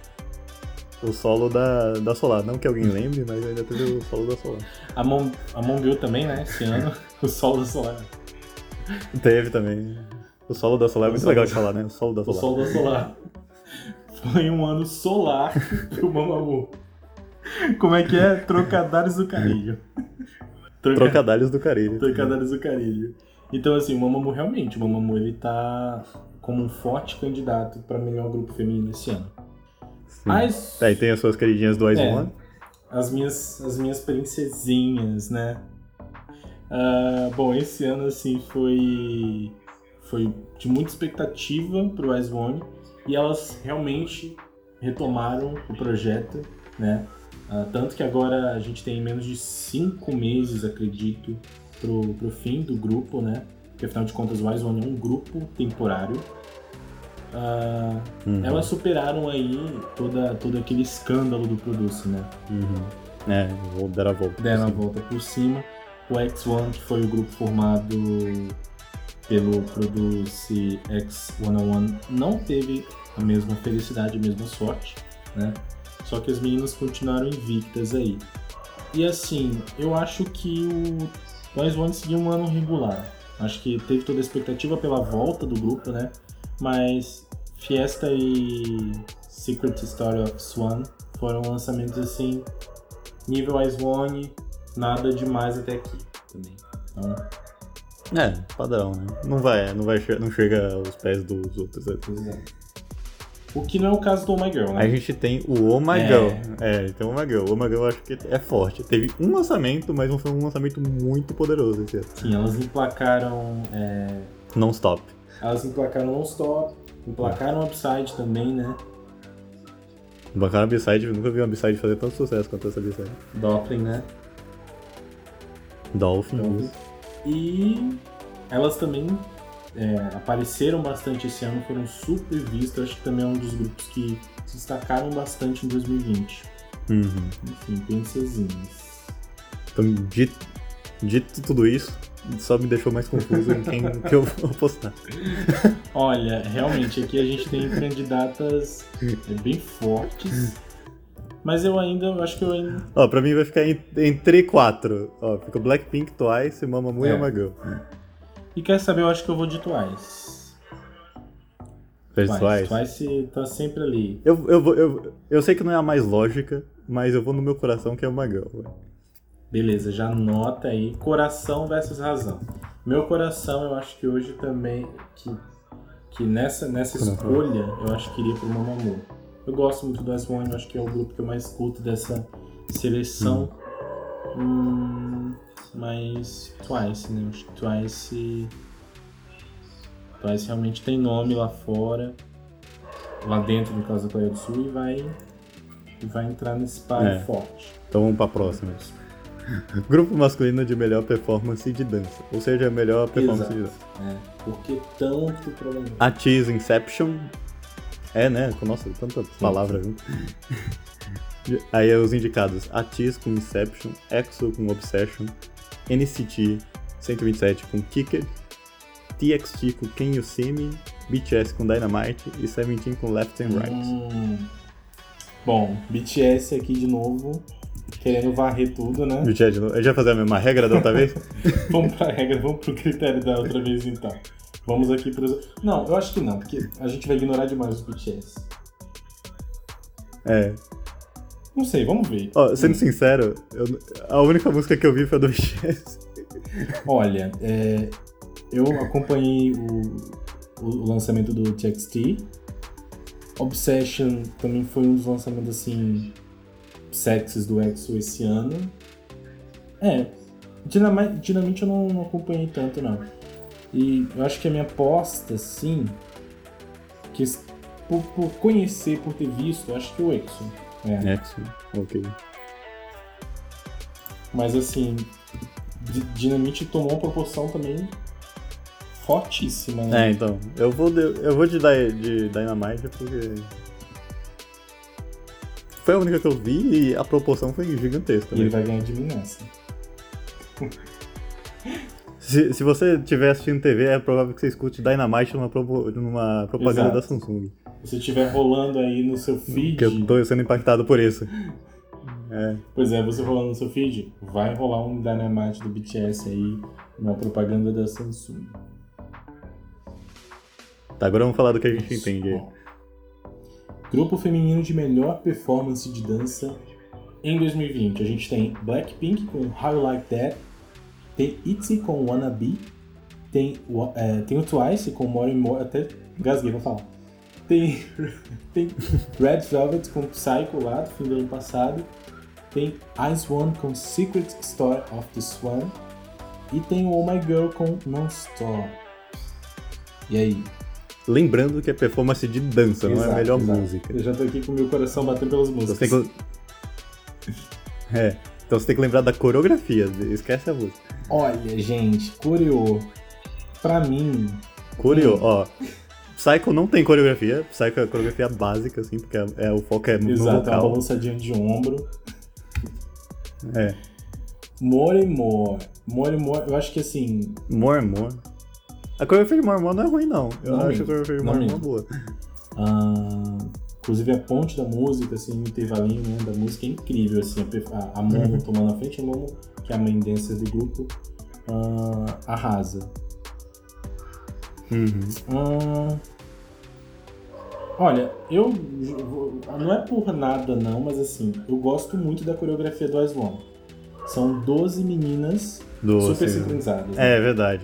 Solar. Não que alguém lembre, mas ainda teve o solo da Solar. A Monbill também, né? Esse ano, o solo da Solar. Teve também. O solo da Solar é muito legal de falar, né? O solo da Solar. O solo da Solar. Foi um ano solar pro Mamamoo. Como é que é? Trocadalhos do Carilho. Trocadalhos do Carilho. Trocadalhos do Carilho. Então, assim, o Mamamoo ele tá como um forte candidato pra melhor grupo feminino esse ano. Mas... E tem as suas queridinhas do Ice One. As minhas princesinhas, né? Bom, esse ano, assim, foi de muita expectativa pro Ice One. E elas realmente retomaram o projeto, né? Tanto que agora a gente tem menos de 5 meses, acredito, pro fim do grupo, né? Porque afinal de contas o Ice One é um grupo temporário. Elas superaram aí todo aquele escândalo do Produce, né? Deram a volta. Deram a volta por cima. O X1, que foi o grupo formado pelo Produce X101, não teve a mesma felicidade, a mesma sorte, né? Só que as meninas continuaram invictas aí. E assim, eu acho que o Ice One seguiu um ano regular. Acho que teve toda a expectativa pela volta do grupo, né? Mas Fiesta e Secret Story of Swan foram lançamentos assim, nível Ice One, nada demais até aqui também. Então... padrão, né? Não chega aos pés dos outros. O que não é o caso do Oh My Girl, né? A gente tem o Oh My Girl. Tem o Oh My Girl. O Oh My Girl eu acho que é forte. Teve um lançamento, mas foi um lançamento muito poderoso esse ano. Sim, elas emplacaram... Non-Stop. Elas emplacaram Non-Stop, emplacaram Upside também, né? Emplacaram B-Side, eu nunca vi uma B-Side fazer tanto sucesso quanto essa B-Side. Dolphin, né? Dolphin. E elas também apareceram bastante esse ano, foram super vistos. Acho que também é um dos grupos que se destacaram bastante em 2020. Enfim, princesinhas. Então, dito tudo isso, só me deixou mais confuso em quem que eu vou apostar. Olha, realmente, aqui a gente tem candidatas bem fortes, mas eu acho que eu ainda... Ó, pra mim vai ficar entre 4. Ó, fica Blackpink, Twice, Mamamoo e Oh My Girl. E quer saber, eu acho que eu vou de Twice. Twice tá sempre ali. Eu sei que não é a mais lógica, mas eu vou no meu coração que é Oh My Girl. Beleza, já anota aí. Coração versus razão. Meu coração, eu acho que hoje também... Que nessa escolha, eu acho que iria pro Mamamoo. Eu gosto muito do S1, eu acho que é o grupo que eu mais escuto dessa seleção. Mas Twice, né? Eu acho que Twice realmente tem nome lá fora, lá dentro, no caso da Coreia do Sul, e vai entrar nesse par forte. Então vamos pra próxima. Grupo masculino de melhor performance de dança. Ou seja, a melhor performance de dança. Por que tanto problema? ATEEZ Inception. Né? Nossa, tanta palavra junto. Aí é os indicados: ATEEZ com Inception, EXO com Obsession, NCT 127 com Kicked, TXT com Can You See Me, BTS com Dynamite e Seventeen com Left and Right. Bom, BTS aqui de novo, querendo varrer tudo, né? BTS de novo. A gente vai fazer a mesma regra da outra vez? Vamos pra regra, vamos pro critério da outra vez então. Vamos aqui pro... Não, eu acho que não, porque a gente vai ignorar demais os BTS. Não sei, vamos ver. Ó, sendo sincero, a única música que eu vi foi a do BTS. Olha, eu acompanhei o lançamento do TXT. Obsession também foi um dos lançamentos, assim, sexys do EXO esse ano. Dynamite eu não acompanhei tanto, não. E eu acho que a minha aposta, sim, que por conhecer, por ter visto, eu acho que o EXO. EXO, ok. Mas assim, Dynamite tomou uma proporção também fortíssima, né? Então, eu vou de Dynamite porque foi a única que eu vi e a proporção foi gigantesca. E ele vai ganhar de mim nessa. Se você estiver assistindo TV, é provável que você escute Dynamite numa propaganda Exato. da Samsung. Se estiver rolando aí no seu feed... Que eu tô sendo impactado por isso. Pois é, você rolando no seu feed, vai rolar um Dynamite do BTS aí, numa propaganda da Samsung. Tá, agora vamos falar do que a gente entende aí. Grupo feminino de melhor performance de dança em 2020. A gente tem Blackpink com How You Like That, tem ITZY com Wanna Be, tem o Twice com More and More, até gasguei pra falar. Tem Red Velvet com Psycho lá do fim do ano passado, tem IZ*ONE com Secret Story of the Swan e tem o Oh My Girl com Non-Stop. E aí? Lembrando que é performance de dança, não é a melhor música. Eu já tô aqui com o meu coração batendo pelas músicas. Então você tem que lembrar da coreografia, esquece a música. Olha, gente, coreô. Pra mim... Ó. Psycho não tem coreografia. Psycho é a coreografia básica, assim, porque o foco é no vocal. Exato, é uma balançadinha de ombro. More and More, eu acho que assim... More and More. A coreografia de More and More não é ruim, não. Eu acho a coreografia de More and More boa. Inclusive a ponte da música, assim, o intervalinho, né, da música é incrível, assim, a Momo tomando a frente, a Momo, que é a main dancer do grupo, arrasa. Olha, não é por nada não, mas assim, eu gosto muito da coreografia do IZ*ONE. São 12 meninas super sincronizadas. Né? É verdade.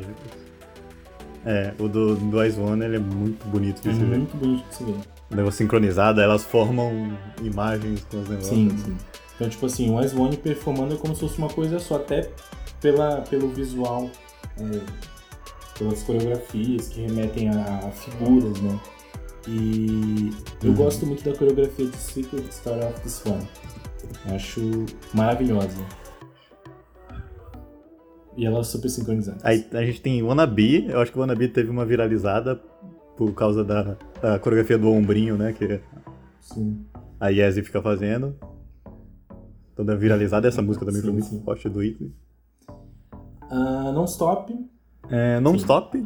O do IZ*ONE, ele é muito bonito de se ver. Muito bonito de se ver. O negócio sincronizado, elas formam imagens com os negócios. Sim. Então, tipo assim, o IZ*ONE performando é como se fosse uma coisa só, até pelo visual, pelas coreografias que remetem a figuras, né? E eu gosto muito da coreografia de Secret Story of the Swan. Acho maravilhosa. E elas super sincronizadas. Aí a gente tem Wannabe, eu acho que o Wannabe teve uma viralizada por causa da coreografia do ombrinho, né? Que Sim. a Yezi fica fazendo. Toda viralizada, essa música também foi muito sim. forte do Itzy. Non-Stop. Non-Stop.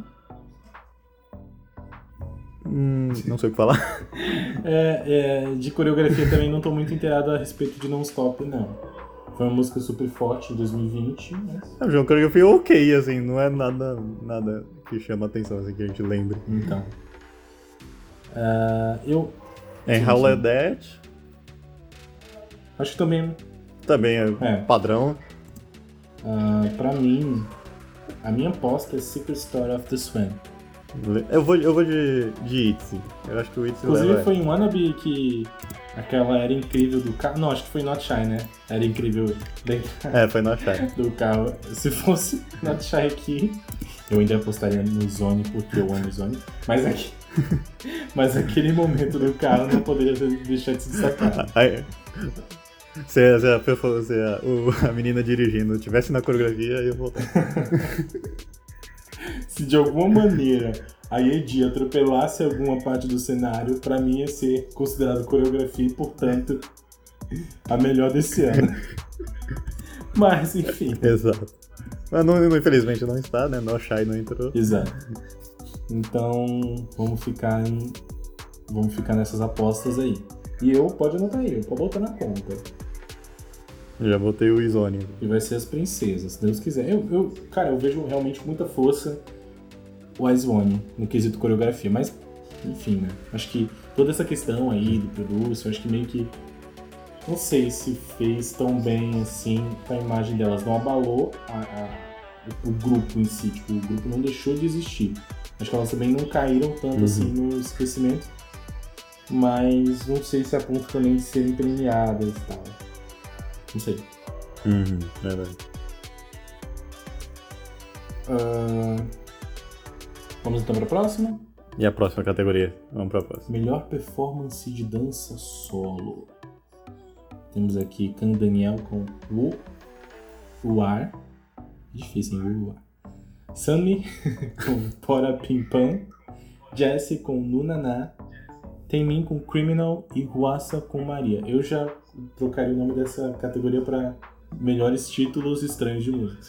Não sei o que falar. De coreografia também não tô muito inteirado a respeito de Non-Stop, não. Foi uma música super forte em 2020, mas... É uma coreografia ok, assim, não é nada que chama atenção, assim, que a gente lembre. Então. Howl at That. Acho que também é padrão. Pra mim, a minha aposta é Secret Story of the Swan. Eu vou de Itzy. Eu acho que o Itzy Inclusive leva... foi em Wannabe que aquela era incrível do carro. Não, acho que foi Not Shy, né? Era incrível dentro foi Not Shy. do carro. Se fosse Not Shy aqui, eu ainda apostaria no Zone, porque eu amo o Zone. Mas aquele momento do carro não poderia deixar de se destacar. Se a menina dirigindo tivesse na coreografia, eu ia voltar. Se de alguma maneira a Yeji atropelasse alguma parte do cenário, pra mim ia ser considerado coreografia e, portanto, a melhor desse ano. Mas, enfim. Exato. Mas infelizmente não está, né? No Shy não entrou. Exato. Então, vamos ficar nessas apostas aí. E pode anotar aí, pode botar na conta. Já botei o Izone. E vai ser as princesas, se Deus quiser. Cara, eu vejo realmente muita força o Izone no quesito coreografia, mas, enfim, né? Acho que toda essa questão aí do producer, acho que meio que, não sei se fez tão bem assim a imagem delas, não abalou o grupo em si, tipo, o grupo não deixou de existir. Acho que elas também não caíram tanto assim no esquecimento, mas não sei se a ponto também de serem premiadas e tal. Não sei. Verdade. Vamos então para a próxima? E a próxima categoria? Vamos para a próxima. Melhor performance de dança solo. Temos aqui Kang Daniel com War. Difícil, hein? War. Sunmi com Pora Pim Pam. Jessie com Nunana. Tenmin com Criminal e Hwasa com Maria. Eu já trocaria o nome dessa categoria para melhores títulos estranhos de música.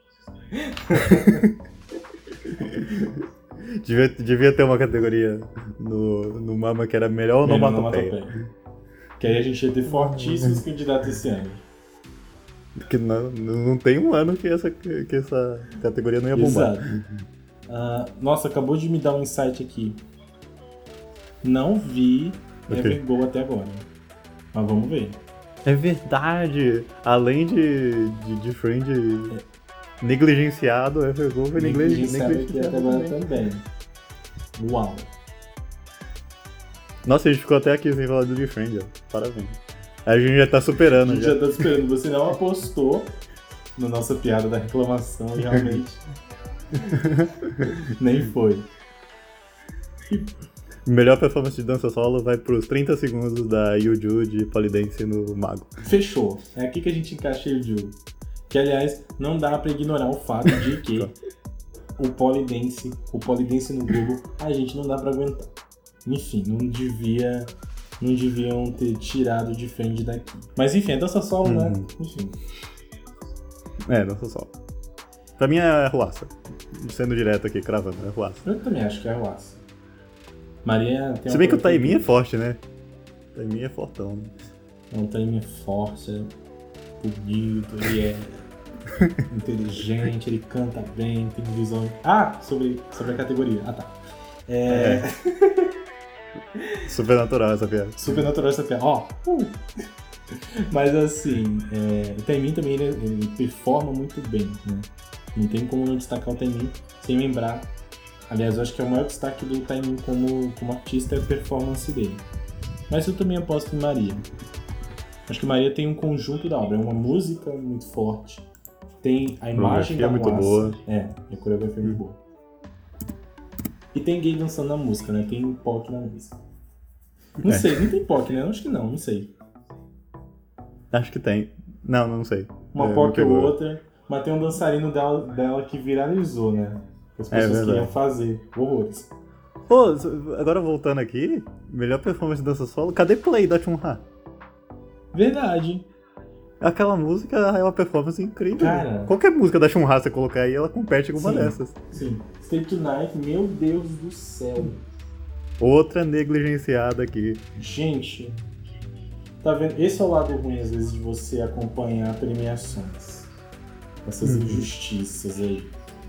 Devia ter uma categoria no Mama que era melhor onomatopeia. Que aí a gente ia ter fortíssimos candidatos esse ano. Porque não tem um ano que essa categoria não ia bombar. Exato. Nossa, acabou de me dar um insight aqui. Não vi Everglow até agora. Mas vamos ver. É verdade! Além de Friend negligenciado, Everglow foi negligenciado aqui até agora também. Uau! Nossa, a gente ficou até aqui sem falar do Friend, ó. Parabéns. A gente já tá superando. A gente já tá superando. Você não apostou na nossa piada da reclamação, realmente. Nem foi. Melhor performance de dança solo vai pros 30 segundos da Yuju de Polydance no Mago. Fechou. É aqui que a gente encaixa a Yuju. Que, aliás, não dá pra ignorar o fato de que o Polydance no Google, a gente não dá pra aguentar. Enfim, não deviam ter tirado de frente daqui. Mas enfim, é dança solo, né? Enfim. Dança solo. Pra mim é Hwasa. Sendo direto aqui, cravando, é Hwasa. Eu também acho que é Hwasa. Maria tem. Se bem que o Taemin é forte, né? O Taemin é fortão, né? O Taemin é forte, é bonito, ele é inteligente, ele canta bem, tem visão. Sobre a categoria. Tá. Supernatural essa piada. Supernatural essa piada. Mas assim, o Taemin também ele performa muito bem, né? Não tem como não destacar o Taemin sem lembrar. Aliás, eu acho que é o maior destaque do Taemin como artista é a performance dele. Mas eu também aposto em Maria. Acho que Maria tem um conjunto da obra. É uma música muito forte. Tem a imagem da muito boa. E a coreografia é muito boa. E tem gay dançando na música, né? Tem POC na música. Não sei, não tem POC, né? Acho que não sei. Acho que tem. Não sei. Uma POC ou outra. Mas tem um dançarino dela que viralizou, né? As pessoas queriam fazer. Horrores. Pô, agora voltando aqui, melhor performance de dança solo, cadê Play da Chun-Ha? Verdade. Aquela música é uma performance incrível. Cara, qualquer música da Chun-Ha você colocar aí, ela compete com uma dessas. Sim. Stay Tonight, meu Deus do céu. Outra negligenciada aqui. Gente, tá vendo? Esse é o lado ruim, às vezes, de você acompanhar premiações. Essas injustiças aí.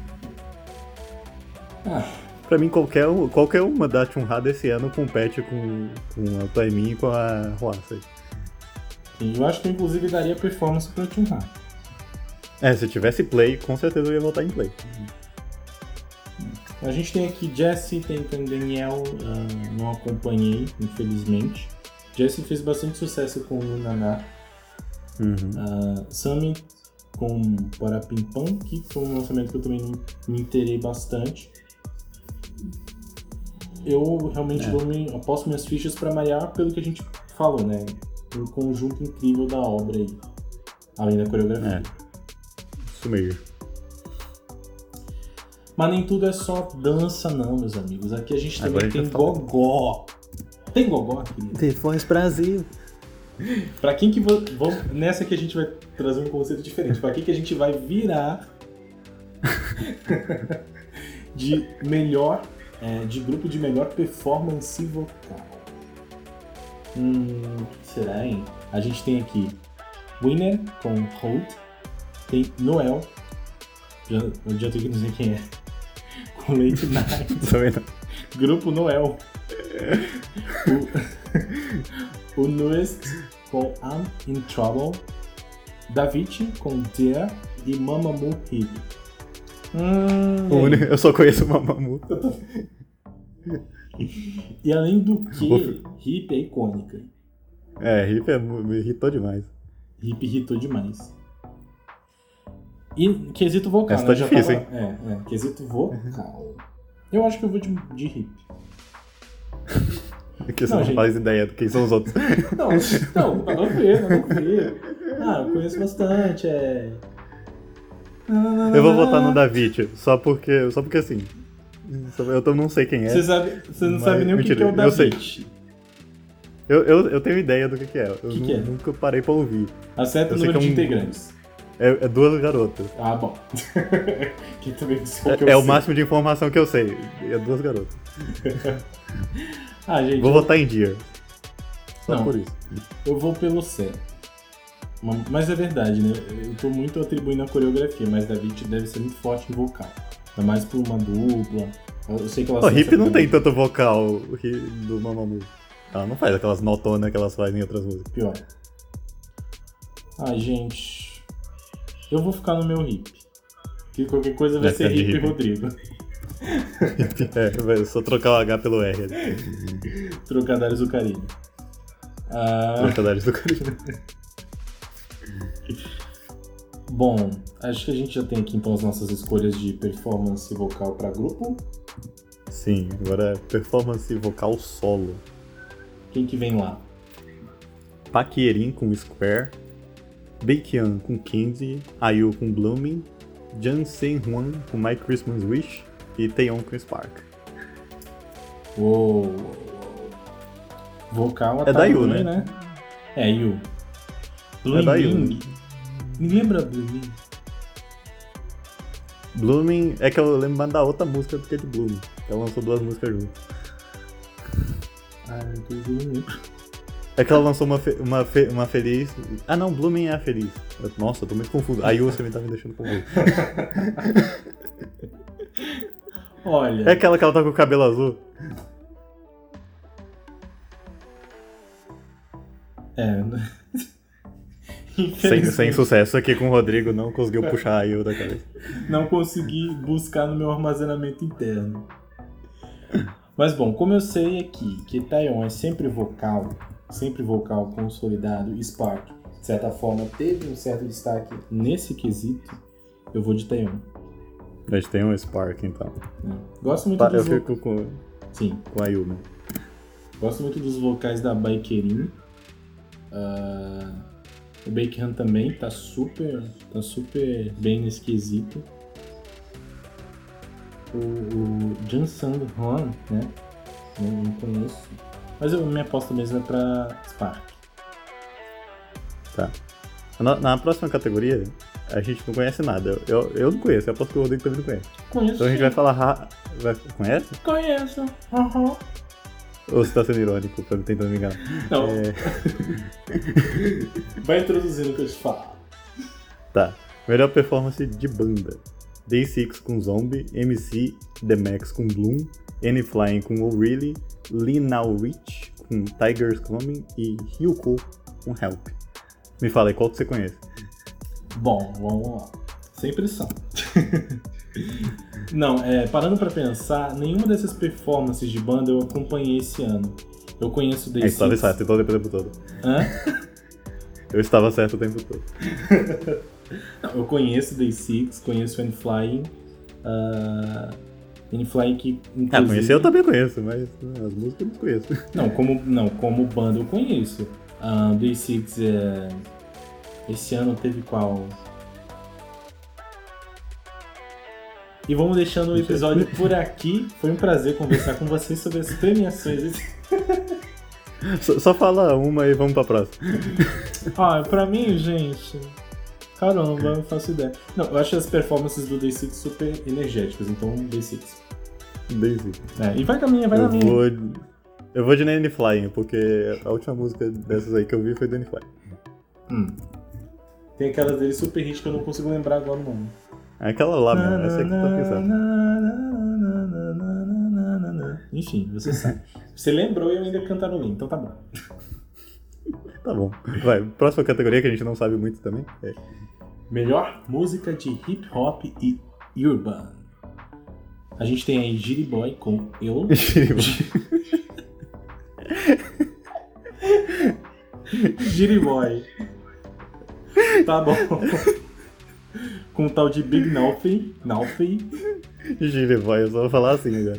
Pra mim, qualquer uma da Chun-Ha desse ano compete com a Taimin e com a Hwasei. Eu acho que, inclusive, daria performance pra Chun-Ha. Se tivesse Play, com certeza eu ia votar em Play. A gente tem aqui Jessie, tem Daniel, não acompanhei, infelizmente. Jessie fez bastante sucesso com o Naná. Sammy com Parapimpam, que foi um lançamento que eu também me inteirei bastante. Eu realmente aposto minhas fichas pra Mariah pelo que a gente falou, né? Um conjunto incrível da obra aí, além da coreografia. Isso mesmo. Mas nem tudo é só dança não, meus amigos. Aqui a gente também Agora tem gogó. Tem gogó aqui? The Voice Brasil. Pra quem que... Nessa que a gente vai trazer um conceito diferente. Pra quem que a gente vai virar de melhor... de grupo de melhor performance vocal. Será, hein? A gente tem aqui Winner com Hold. Tem Noel. Já tenho que dizer quem é. Com Late Night. Também não. Grupo Noel. O Newest com I'm in Trouble. Davichi com Dear e Mamamoo Hip. Eu só conheço o Mamamoo. E além do que, Hip é icônica. Hip me irritou demais. Hip irritou demais. E quesito vocal, essa tá difícil, hein? Quesito vocal. Eu acho que eu vou de Hip. Porque você não faz ideia de quem são os outros. Não, nada a ver. Eu conheço bastante, Eu vou votar no Davichi, só porque assim. Eu não sei quem é. Você não sabe nem mentira, o que é o Davichi. Eu tenho ideia do que é. Que é? Nunca parei pra ouvir. Acerta o número de integrantes. É duas garotas. Bom. Que também é o máximo de informação que eu sei. É duas garotas. Gente. Vou votar em Dear. Só por isso. Eu vou pelo C. Mas é verdade, né? Eu tô muito atribuindo a coreografia, mas Davichi deve ser muito forte em vocal. Ainda mais por uma dupla. Eu sei que ela... O Hip não tem tanto vocal do Mamamoo. Ela não faz aquelas notonas que elas fazem em outras músicas. Pior. Gente... Eu vou ficar no meu Hip. Que qualquer coisa vai ser Hip Rodrigo. Só trocar o H pelo R. Trocadilhos do carinho. Trocadilhos do carinho. Bom, acho que a gente já tem aqui então as nossas escolhas de performance vocal para grupo. Sim, agora é performance vocal solo. Quem que vem lá? Paquerin com Square, Baekhyun com Candy, IU com Blooming, Jang Se-hwan com My Christmas Wish e Taeyeon com Spark. Uou. Vocal é da IU, né? É IU. É da IU. Me lembra Blooming? Blooming é que eu lembro mais da outra música do que de Blooming. Ela lançou duas músicas juntas. É que ela lançou uma feliz... não, Blooming é a feliz. Nossa, eu tô muito confuso. A IU você me tá me deixando confuso. Olha... É aquela que ela tá com o cabelo azul? Sem sucesso aqui com o Rodrigo, não conseguiu puxar a IU da cabeça. Não consegui buscar no meu armazenamento interno. Mas bom, como eu sei aqui que Taeyeon é sempre vocal consolidado, e Spark, de certa forma, teve um certo destaque nesse quesito, eu vou de Taeyeon. A gente tem um Spark, então. Gosto muito dos... Eu fico com a IU, né? Gosto muito dos vocais da Baekhyun. O Baekhyun também tá super bem nesse quesito. O Jung Sang-hwan, né? Não conheço. Mas minha aposta mesmo é pra Spark. Tá. Na próxima categoria, a gente não conhece nada. Eu não conheço, eu aposto que o Rodrigo também não conhece. Conheço. Então a gente vai falar... Conhece? Conheço. Ou você tá sendo irônico, pra tentando me enganar? Não. Vai introduzindo o que eu te falo. Tá. Melhor performance de banda. Day6 com Zombie, MC The Max com Bloom, N-Flying com O'Reilly, Lee Now Rich com Tigers Coming e Hyuko com Help. Me fala aí, qual que você conhece? Bom, vamos lá. Sem pressão. Não, parando pra pensar, nenhuma dessas performances de banda eu acompanhei esse ano. Eu conheço o Day6. Estava certo, então o tempo todo. Hã? Eu estava certo o tempo todo. Não, eu conheço o Day6, conheço o N-Flying. N-Flying que, inclusive... conhecer eu também conheço, mas as músicas eu não conheço. Como banda eu conheço. Day6 esse ano teve qual? E vamos deixando o episódio por aqui. Foi um prazer conversar com vocês sobre as premiações. Só fala uma e vamos pra próxima. Pra mim, gente... Caramba, eu não faço ideia. Não, eu acho as performances do Day6 super energéticas, então Day6. Day6. E vai na minha. Eu vou de N-Flying, porque a última música dessas aí que eu vi foi do N-Flying. Tem aquelas dele super hit que eu não consigo lembrar agora o nome. Aquela lá mesmo, essa aí que eu tô pensando. Enfim, você sabe. Você lembrou e eu ainda cantarolei, então tá bom. Tá bom. Vai, próxima categoria que a gente não sabe muito também. Melhor música de hip hop e urban. A gente tem aí Giri Boy com Eu. Giri Boy. Tá bom. Com o tal de Big Naufy. Giri Boy, eu só vou falar assim agora.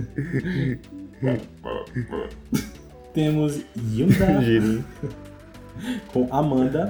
Temos Yunda Giri. Com Amanda.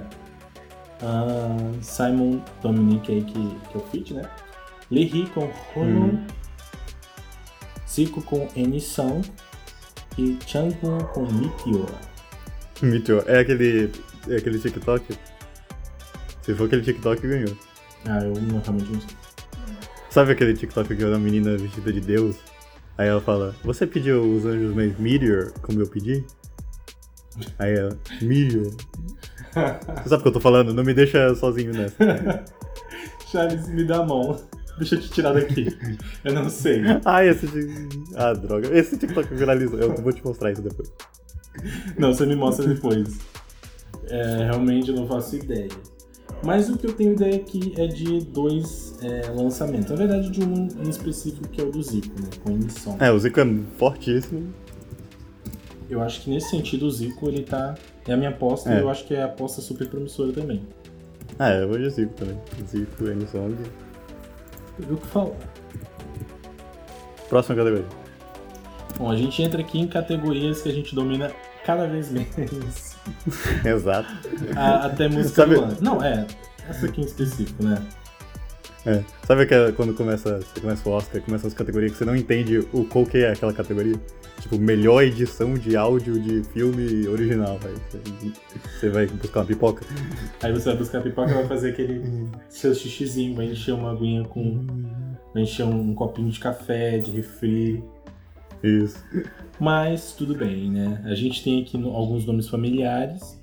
Simon Dominic aí que é o feat, né? Lehi com Holo. Zico com N-Song. E Changbin com Meteor. Meteor. É aquele TikTok? Se for aquele TikTok, ganhou. Eu realmente não sei. Sabe aquele TikTok que é uma menina vestida de Deus? Aí ela fala, você pediu os anjos Meteor como eu pedi? Aí ela, Meteor. Você sabe o que eu tô falando? Não me deixa sozinho nessa. Charles, me dá a mão. Deixa eu te tirar daqui. Eu não sei. Droga. Esse TikTok viralizou. Eu vou te mostrar isso depois. Não, você me mostra depois. Realmente eu não faço ideia. Mas o que eu tenho ideia aqui é de 2 lançamentos. Na verdade, de um em específico que é o do Zico, né? Com emissão. O Zico é fortíssimo. Eu acho que nesse sentido o Zico, ele tá... É a minha aposta e eu acho que é a aposta super promissora também. Eu vou de Zico também. Zico, N-Song. Eu o que falar. Próxima categoria. Bom, a gente entra aqui em categorias que a gente domina cada vez menos. Exato. Até música do ano. Não, essa aqui em específico, né? Sabe que quando você começa o Oscar, começam as categorias que você não entende qual que é aquela categoria? Tipo, melhor edição de áudio de filme original. Você vai buscar uma pipoca. Aí você vai buscar a pipoca e vai fazer aquele seu xixizinho, vai encher uma aguinha com... Vai encher um copinho de café, de refri. Isso. Mas tudo bem, né? A gente tem aqui alguns nomes familiares.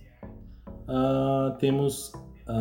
Temos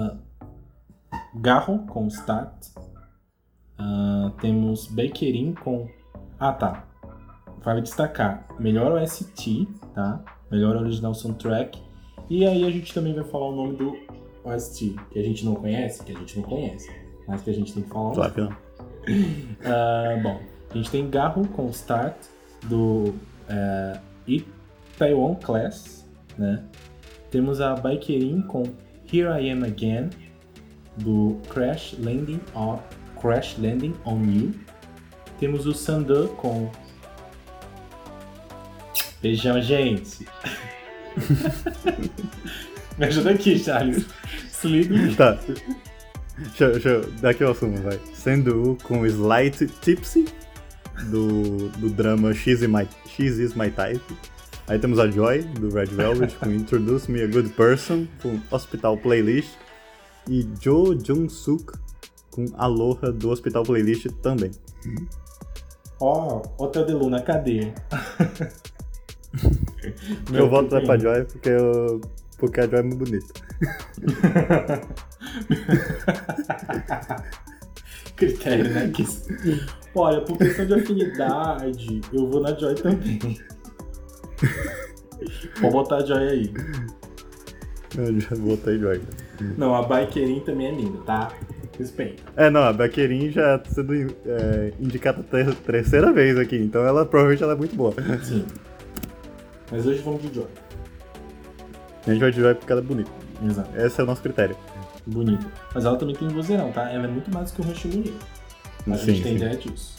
Garro com Start. Temos Bakerin com... tá. Vale destacar. Melhor OST, tá? Melhor Original Soundtrack. E aí a gente também vai falar o nome do OST, que a gente não conhece, mas que a gente tem que falar. Claro que não. Bom, a gente tem Garro com Start, do Itaewon Class, né? Temos a Bakerin com Here I Am Again, do Crash Landing on You. Temos o Sandor com... Beijão, gente! Me ajuda aqui, Charles. Slither. Tá. Deixa eu dar aqui o assunto, vai. Sendo com Slight Tipsy, do drama X is My Type. Aí temos a Joy, do Red Velvet, com Introduce Me a Good Person, com Hospital Playlist. E Jo Jung-suk, com Aloha, do Hospital Playlist também. Hotel de Luna, cadê? Meu voto é pra Joy, porque a Joy é muito bonita. Critério, né? Olha, por questão de afinidade, eu vou na Joy também. Vou botar a Joy aí. Eu já botei Joy. Não, a Baikerin também é linda, tá? Respeita. Não, a Bakerin já tá sendo indicada terceira vez aqui, então provavelmente ela é muito boa. Sim. Mas hoje vamos de Joy. A gente vai de Joy porque ela é bonita. Exato. Esse é o nosso critério. Bonita. Mas ela também tem um vozeirão, tá? Ela é muito mais do que o Hashimura. A gente tem ideia disso.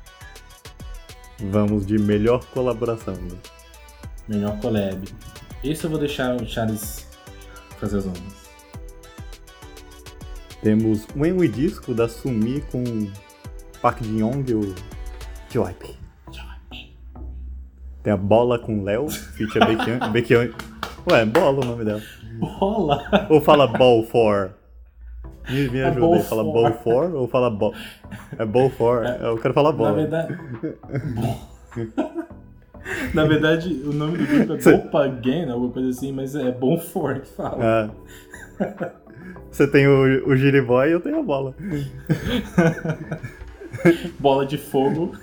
Vamos de melhor colaboração. Né? Melhor collab. Esse eu vou deixar o Charles fazer as honras. Temos o Enwi Disco da Sumi com Park Jin-young e o J-YP. Tem a Bola com Léo, feat a Baekhyun. Ué, Bola o nome dela. Bola? Ou fala Ball 4? Me ajuda aí, fala Ball 4 ou fala Ball? É Ball 4, eu quero falar Bola. Na verdade, o nome do grupo é Bopagen, alguma coisa assim, mas é Ball 4 que fala. Você tem o Giriboy e eu tenho a Bola. Bola de fogo.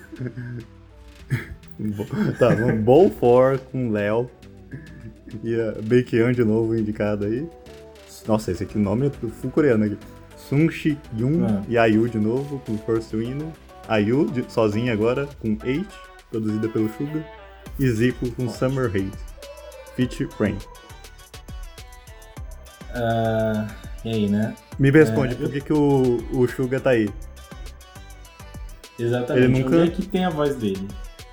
Tá, vamos Ball 4 com Léo. E a Baekhyun de novo indicado aí. Nossa, esse aqui o nome é full coreano aqui. Sung Shi-yoon e Ayu de novo com First Winner. Ayu sozinha agora com 8, produzida pelo Suga. E Zico com Summer Hate. Feat Rain. E aí, né? Me responde, por que o Suga tá aí? Exatamente, ele nunca... onde é que tem a voz dele?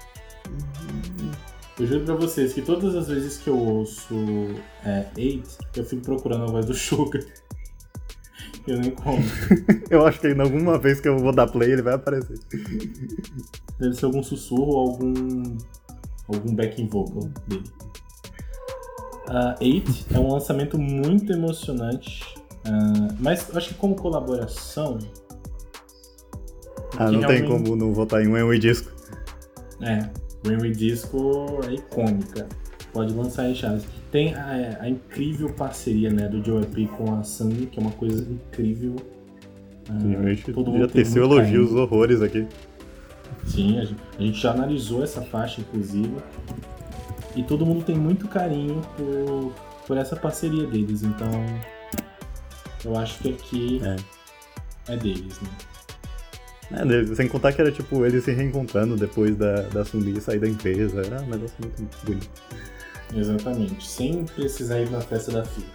Eu juro pra vocês que todas as vezes que eu ouço 8, eu fico procurando a voz do Suga. Eu nem como. Eu acho que em alguma vez que eu vou dar play ele vai aparecer. Deve ser algum sussurro ou algum backing vocal dele. 8 é um lançamento muito emocionante, mas eu acho que como colaboração... não tem como não votar em um Enwi Disco. O Enwi Disco é icônica. Pode lançar aí, Charles. Tem a incrível parceria, né, do J.Y.P com a Sunmi, que é uma coisa incrível. Todo mundo já teceu elogios horrores aqui. Sim, a gente já analisou essa faixa, inclusive. E todo mundo tem muito carinho por essa parceria deles. Então, eu acho que aqui é deles, né? Sem contar que era tipo eles se reencontrando depois da Sumi sair da empresa. Era um negócio muito bonito. Exatamente, sem precisar ir na festa da filha.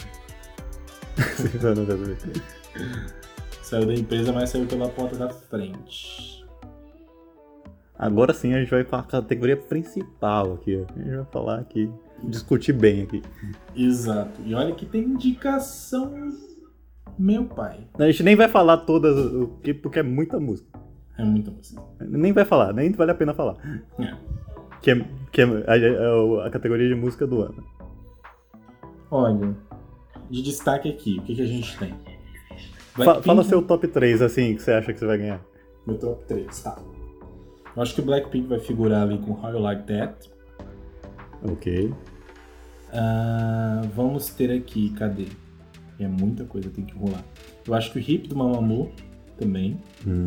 Saiu da empresa, mas saiu pela porta da frente. Agora sim a gente vai para a categoria principal aqui. A gente vai falar aqui, discutir bem aqui. Exato, e olha que tem indicação, meu pai. A gente nem vai falar todas, porque é muita música. É muita música. Nem vai falar, nem vale a pena falar. Que é a categoria de música do ano. Olha, de destaque aqui, o que a gente tem? Fala seu top 3, assim, que você acha que você vai ganhar. Meu top 3, tá. Eu acho que o Blackpink vai figurar ali com How You Like That. Ok. Vamos ter aqui, cadê? É muita coisa, tem que rolar. Eu acho que o Hip do Mamamoo também.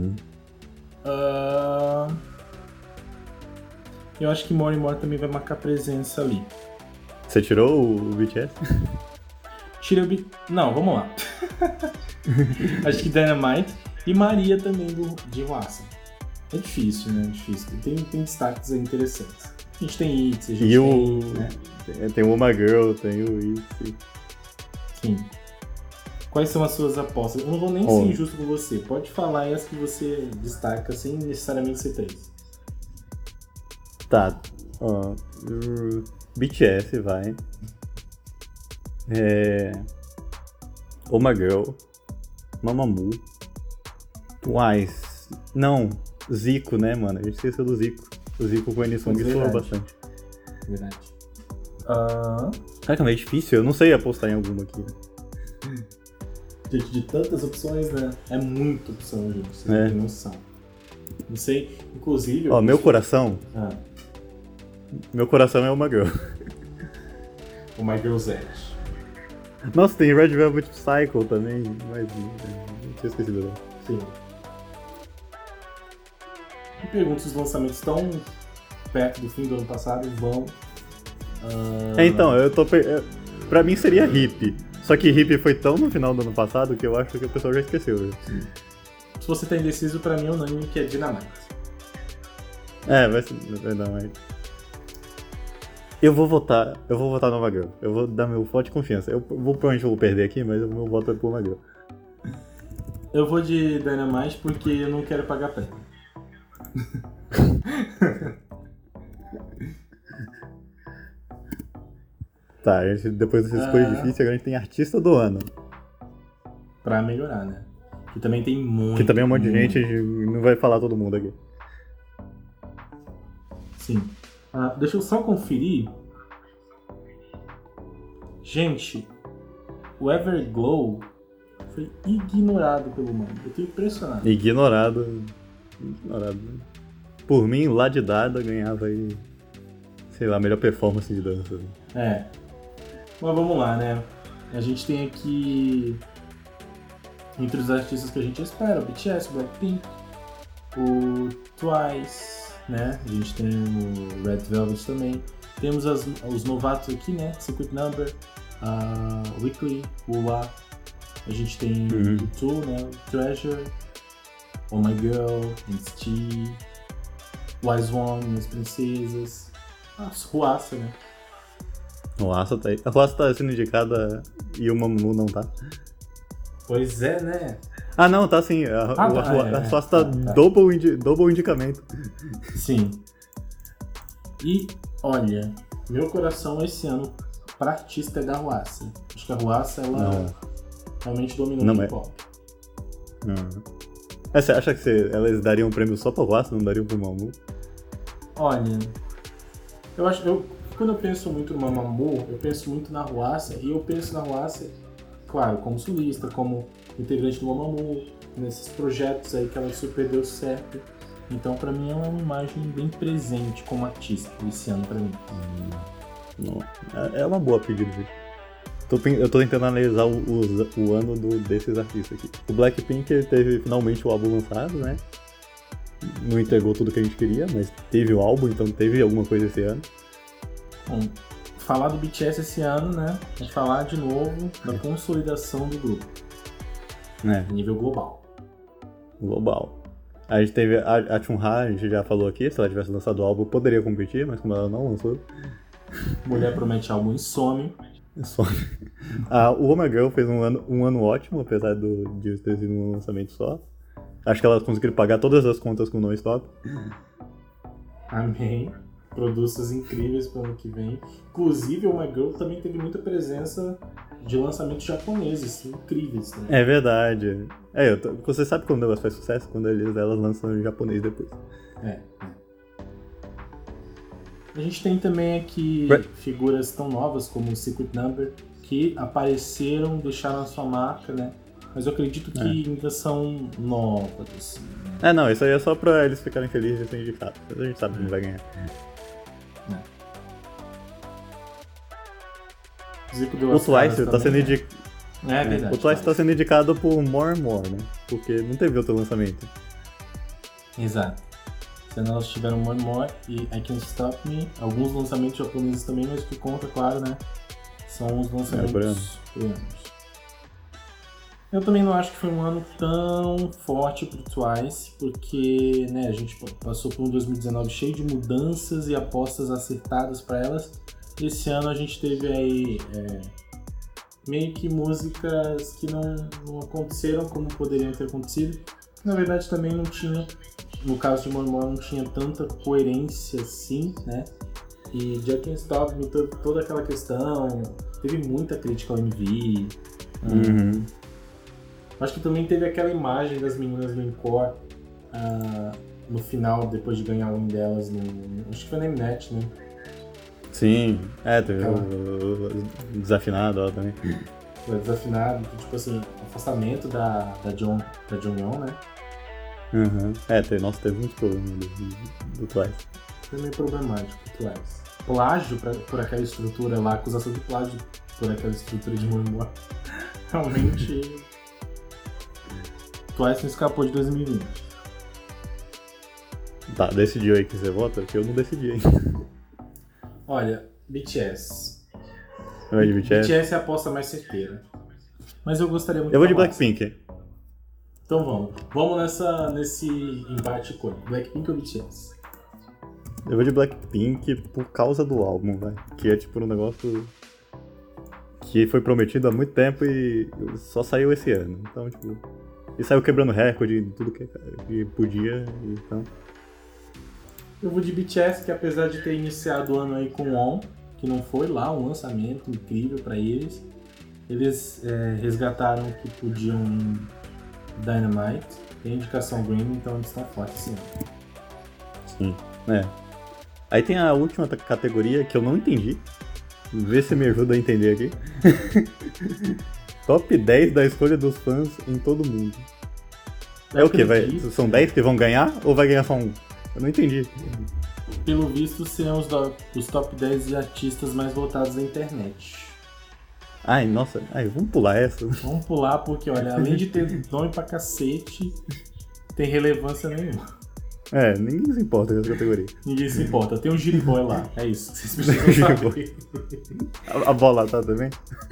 Eu acho que More and More também vai marcar presença ali. Você tirou o BTS? Tirei o BTS. Não, vamos lá. Acho que Dynamite e Maria também de Hwasa. É difícil, né? Difícil. Tem destaques aí interessantes. A gente tem Itzy, a gente tem... né? Tem o Uma Girl, tem o Itzy. Sim. Quais são as suas apostas? Eu não vou nem ser injusto com você. Pode falar aí as que você destaca sem necessariamente ser 3. Tá. BTS vai. Oh My Girl, Mamamoo, Twice, não, Zico, né, mano? A gente esqueceu do Zico. O Zico com o N-Song soou bastante. Verdade. Caraca, mas é difícil, eu não sei apostar em alguma aqui. Gente, de tantas opções, né? É muita opção, gente. Você não tem noção. Não sei, inclusive... Ó, meu coração... Meu coração é Oh My Girl. Oh My Girl's Edge. Nossa, tem Red Velvet Cycle também, mas não tinha esquecido dela. Sim. Me pergunto se os lançamentos tão perto do fim do ano passado vão... Então, pra mim seria Hip. Só que Hip foi tão no final do ano passado que eu acho que o pessoal já esqueceu. Se você tá indeciso, pra mim é unânime que é Dynamite. Vai ser Dynamite. Eu vou votar no Oh My Girl. Eu vou dar meu voto de confiança. Provavelmente eu vou perder aqui, mas o meu voto é pro Oh My Girl. Eu vou de Dynamite porque eu não quero pagar prêmio. Tá, depois dessas coisas difíceis, agora a gente tem Artista do Ano. Pra melhorar, né? Que também tem muito. Que também é um monte de gente, não vai falar todo mundo aqui. Sim. Deixa eu só conferir. Gente, o Everglow foi ignorado pelo mundo. Eu tô impressionado. Ignorado. Por mim, lá de Dada ganhava aí, sei lá, melhor performance de dança. Mas vamos lá, né? A gente tem aqui, entre os artistas que a gente espera, o BTS, o Blackpink, o Twice, né? A gente tem o Red Velvet também. Temos os novatos aqui, né? Secret Number, Weekly, Ula. A gente tem o Two, né? Treasure, Oh My Girl, NCT, Wise One, Minhas Princesas, Ruassa, né? Ruassa tá aí. A Ruassa tá sendo indicada e o Mamamoo não tá. Pois é, né? Não, tá sim. A Ruassa tá double indicamento. Sim. E, olha, meu coração esse ano pra artista é da Ruassa. Acho que a Ruassa, ela realmente dominou o K-pop. Você acha que elas dariam um prêmio só pra Ruassa, não dariam pro Mamamoo? Olha, quando eu penso muito no Mamamoo, eu penso muito na Ruassa, e eu penso na Ruassa, claro, como solista, como integrante do Mamamoo, nesses projetos aí que ela super deu certo. Então, pra mim, ela é uma imagem bem presente como artista esse ano pra mim. É uma boa pedida. Eu tô tentando analisar o ano desses artistas aqui. O Blackpink teve finalmente o álbum lançado, né? Não entregou tudo que a gente queria, mas teve o álbum, então teve alguma coisa esse ano. Bom, falar do BTS esse ano, né? É falar de novo da consolidação do grupo. A nível global. A gente teve a Chunha, a gente já falou aqui, se ela tivesse lançado o álbum, poderia competir, mas como ela não lançou. Mulher promete álbum e some. O Oh My Girl fez um ano ótimo, apesar de ter sido um lançamento só. Acho que elas conseguiram pagar todas as contas com o Non-Stop. Amém. Produções incríveis para o ano que vem. Inclusive, o Oh My Girl também teve muita presença de lançamentos japoneses incríveis. Né? É verdade. Você sabe quando elas fazem sucesso? Quando elas lançam em japonês depois. A gente tem também aqui figuras tão novas como o Secret Number, que apareceram, deixaram a sua marca, né? Mas eu acredito que ainda são novas, assim. Não, isso aí é só pra eles ficarem felizes de ser indicados. A gente sabe quem vai ganhar. O Twice tá sendo indicado. É verdade. O Twice tá sendo indicado por More and More, né? Porque não teve outro lançamento. Exato. Sendo elas tiveram More and More e I Can't Stop Me. Alguns lançamentos japoneses também, mas o que conta, claro, né? São os lançamentos coreanos. Eu também não acho que foi um ano tão forte pro Twice, porque, né, a gente passou por um 2019 cheio de mudanças e apostas acertadas para elas. E esse ano a gente teve aí meio que músicas que não aconteceram como poderiam ter acontecido. Na verdade também não tinha, no caso de More não tinha tanta coerência assim, né? E I Can't Stop Me, toda aquela questão, teve muita crítica ao MV. Acho que também teve aquela imagem das meninas do Encore no final, depois de ganhar um delas acho que foi na Mnet, né? Sim, teve o desafinado lá também. Foi desafinado, tipo assim, afastamento da Jonghyun, né? Uhum. Teve muitos problemas do Twice. Foi meio problemático o Twice. Plágio por aquela estrutura lá, acusação de plágio por aquela estrutura de Morimor. Realmente, Twice não escapou de 2020. Tá, decidiu aí que você vota? Porque eu não decidi ainda. Olha, BTS. Vai de BTS? BTS é a aposta mais certeira. Mas eu gostaria muito Eu vou de falar Blackpink. Então vamos. Vamos nesse embate icônico. Blackpink ou BTS? Eu vou de Blackpink por causa do álbum, velho. Que é tipo um negócio que foi prometido há muito tempo e só saiu esse ano. Então, tipo... E saiu quebrando recorde em tudo que podia, então... Eu vou de BTS, que apesar de ter iniciado o ano aí com On, que não foi lá um lançamento incrível pra eles, eles resgataram o que podiam em Dynamite, tem indicação Grammy, então eles estão fortes sim. Sim, Aí tem a última categoria que eu não entendi. Vê se me ajuda a entender aqui. Top 10 da escolha dos fãs em todo mundo. É o quê? São 10 que vão ganhar ou vai ganhar só um? Eu não entendi. Pelo visto, serão os top 10 de artistas mais votados da internet. Ai, nossa. Vamos pular essa. Vamos pular porque, olha, além de ter nome pra cacete, tem relevância nenhuma. Ninguém se importa com essa categoria. Ninguém se importa. Tem um Giriboy lá. É isso. Vocês precisam saber. A bola tá também?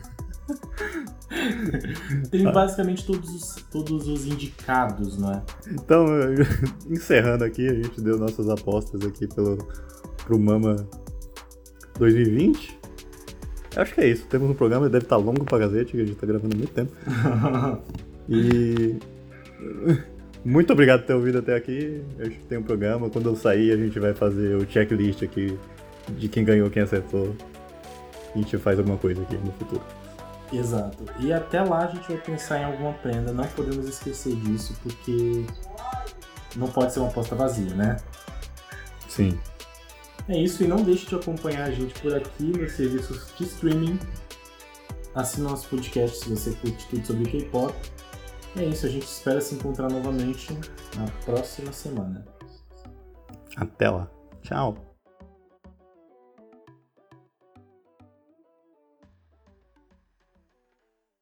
Tem basicamente todos os indicados, não é? Então, encerrando aqui, a gente deu nossas apostas aqui pro Mama 2020. Eu acho que é isso. Temos um programa, deve estar longo pra cacete, que a gente tá gravando há muito tempo. E... muito obrigado por ter ouvido até aqui. Eu acho que tem um programa. Quando eu sair, a gente vai fazer o checklist aqui de quem ganhou, quem acertou. A gente faz alguma coisa aqui no futuro. Exato. E até lá a gente vai pensar em alguma prenda. Não podemos esquecer disso, porque não pode ser uma aposta vazia, né? Sim. É isso, e não deixe de acompanhar a gente por aqui nos serviços de streaming. Assine nosso podcast se você curte tudo sobre K-pop. É isso, a gente espera se encontrar novamente na próxima semana. Até lá. Tchau.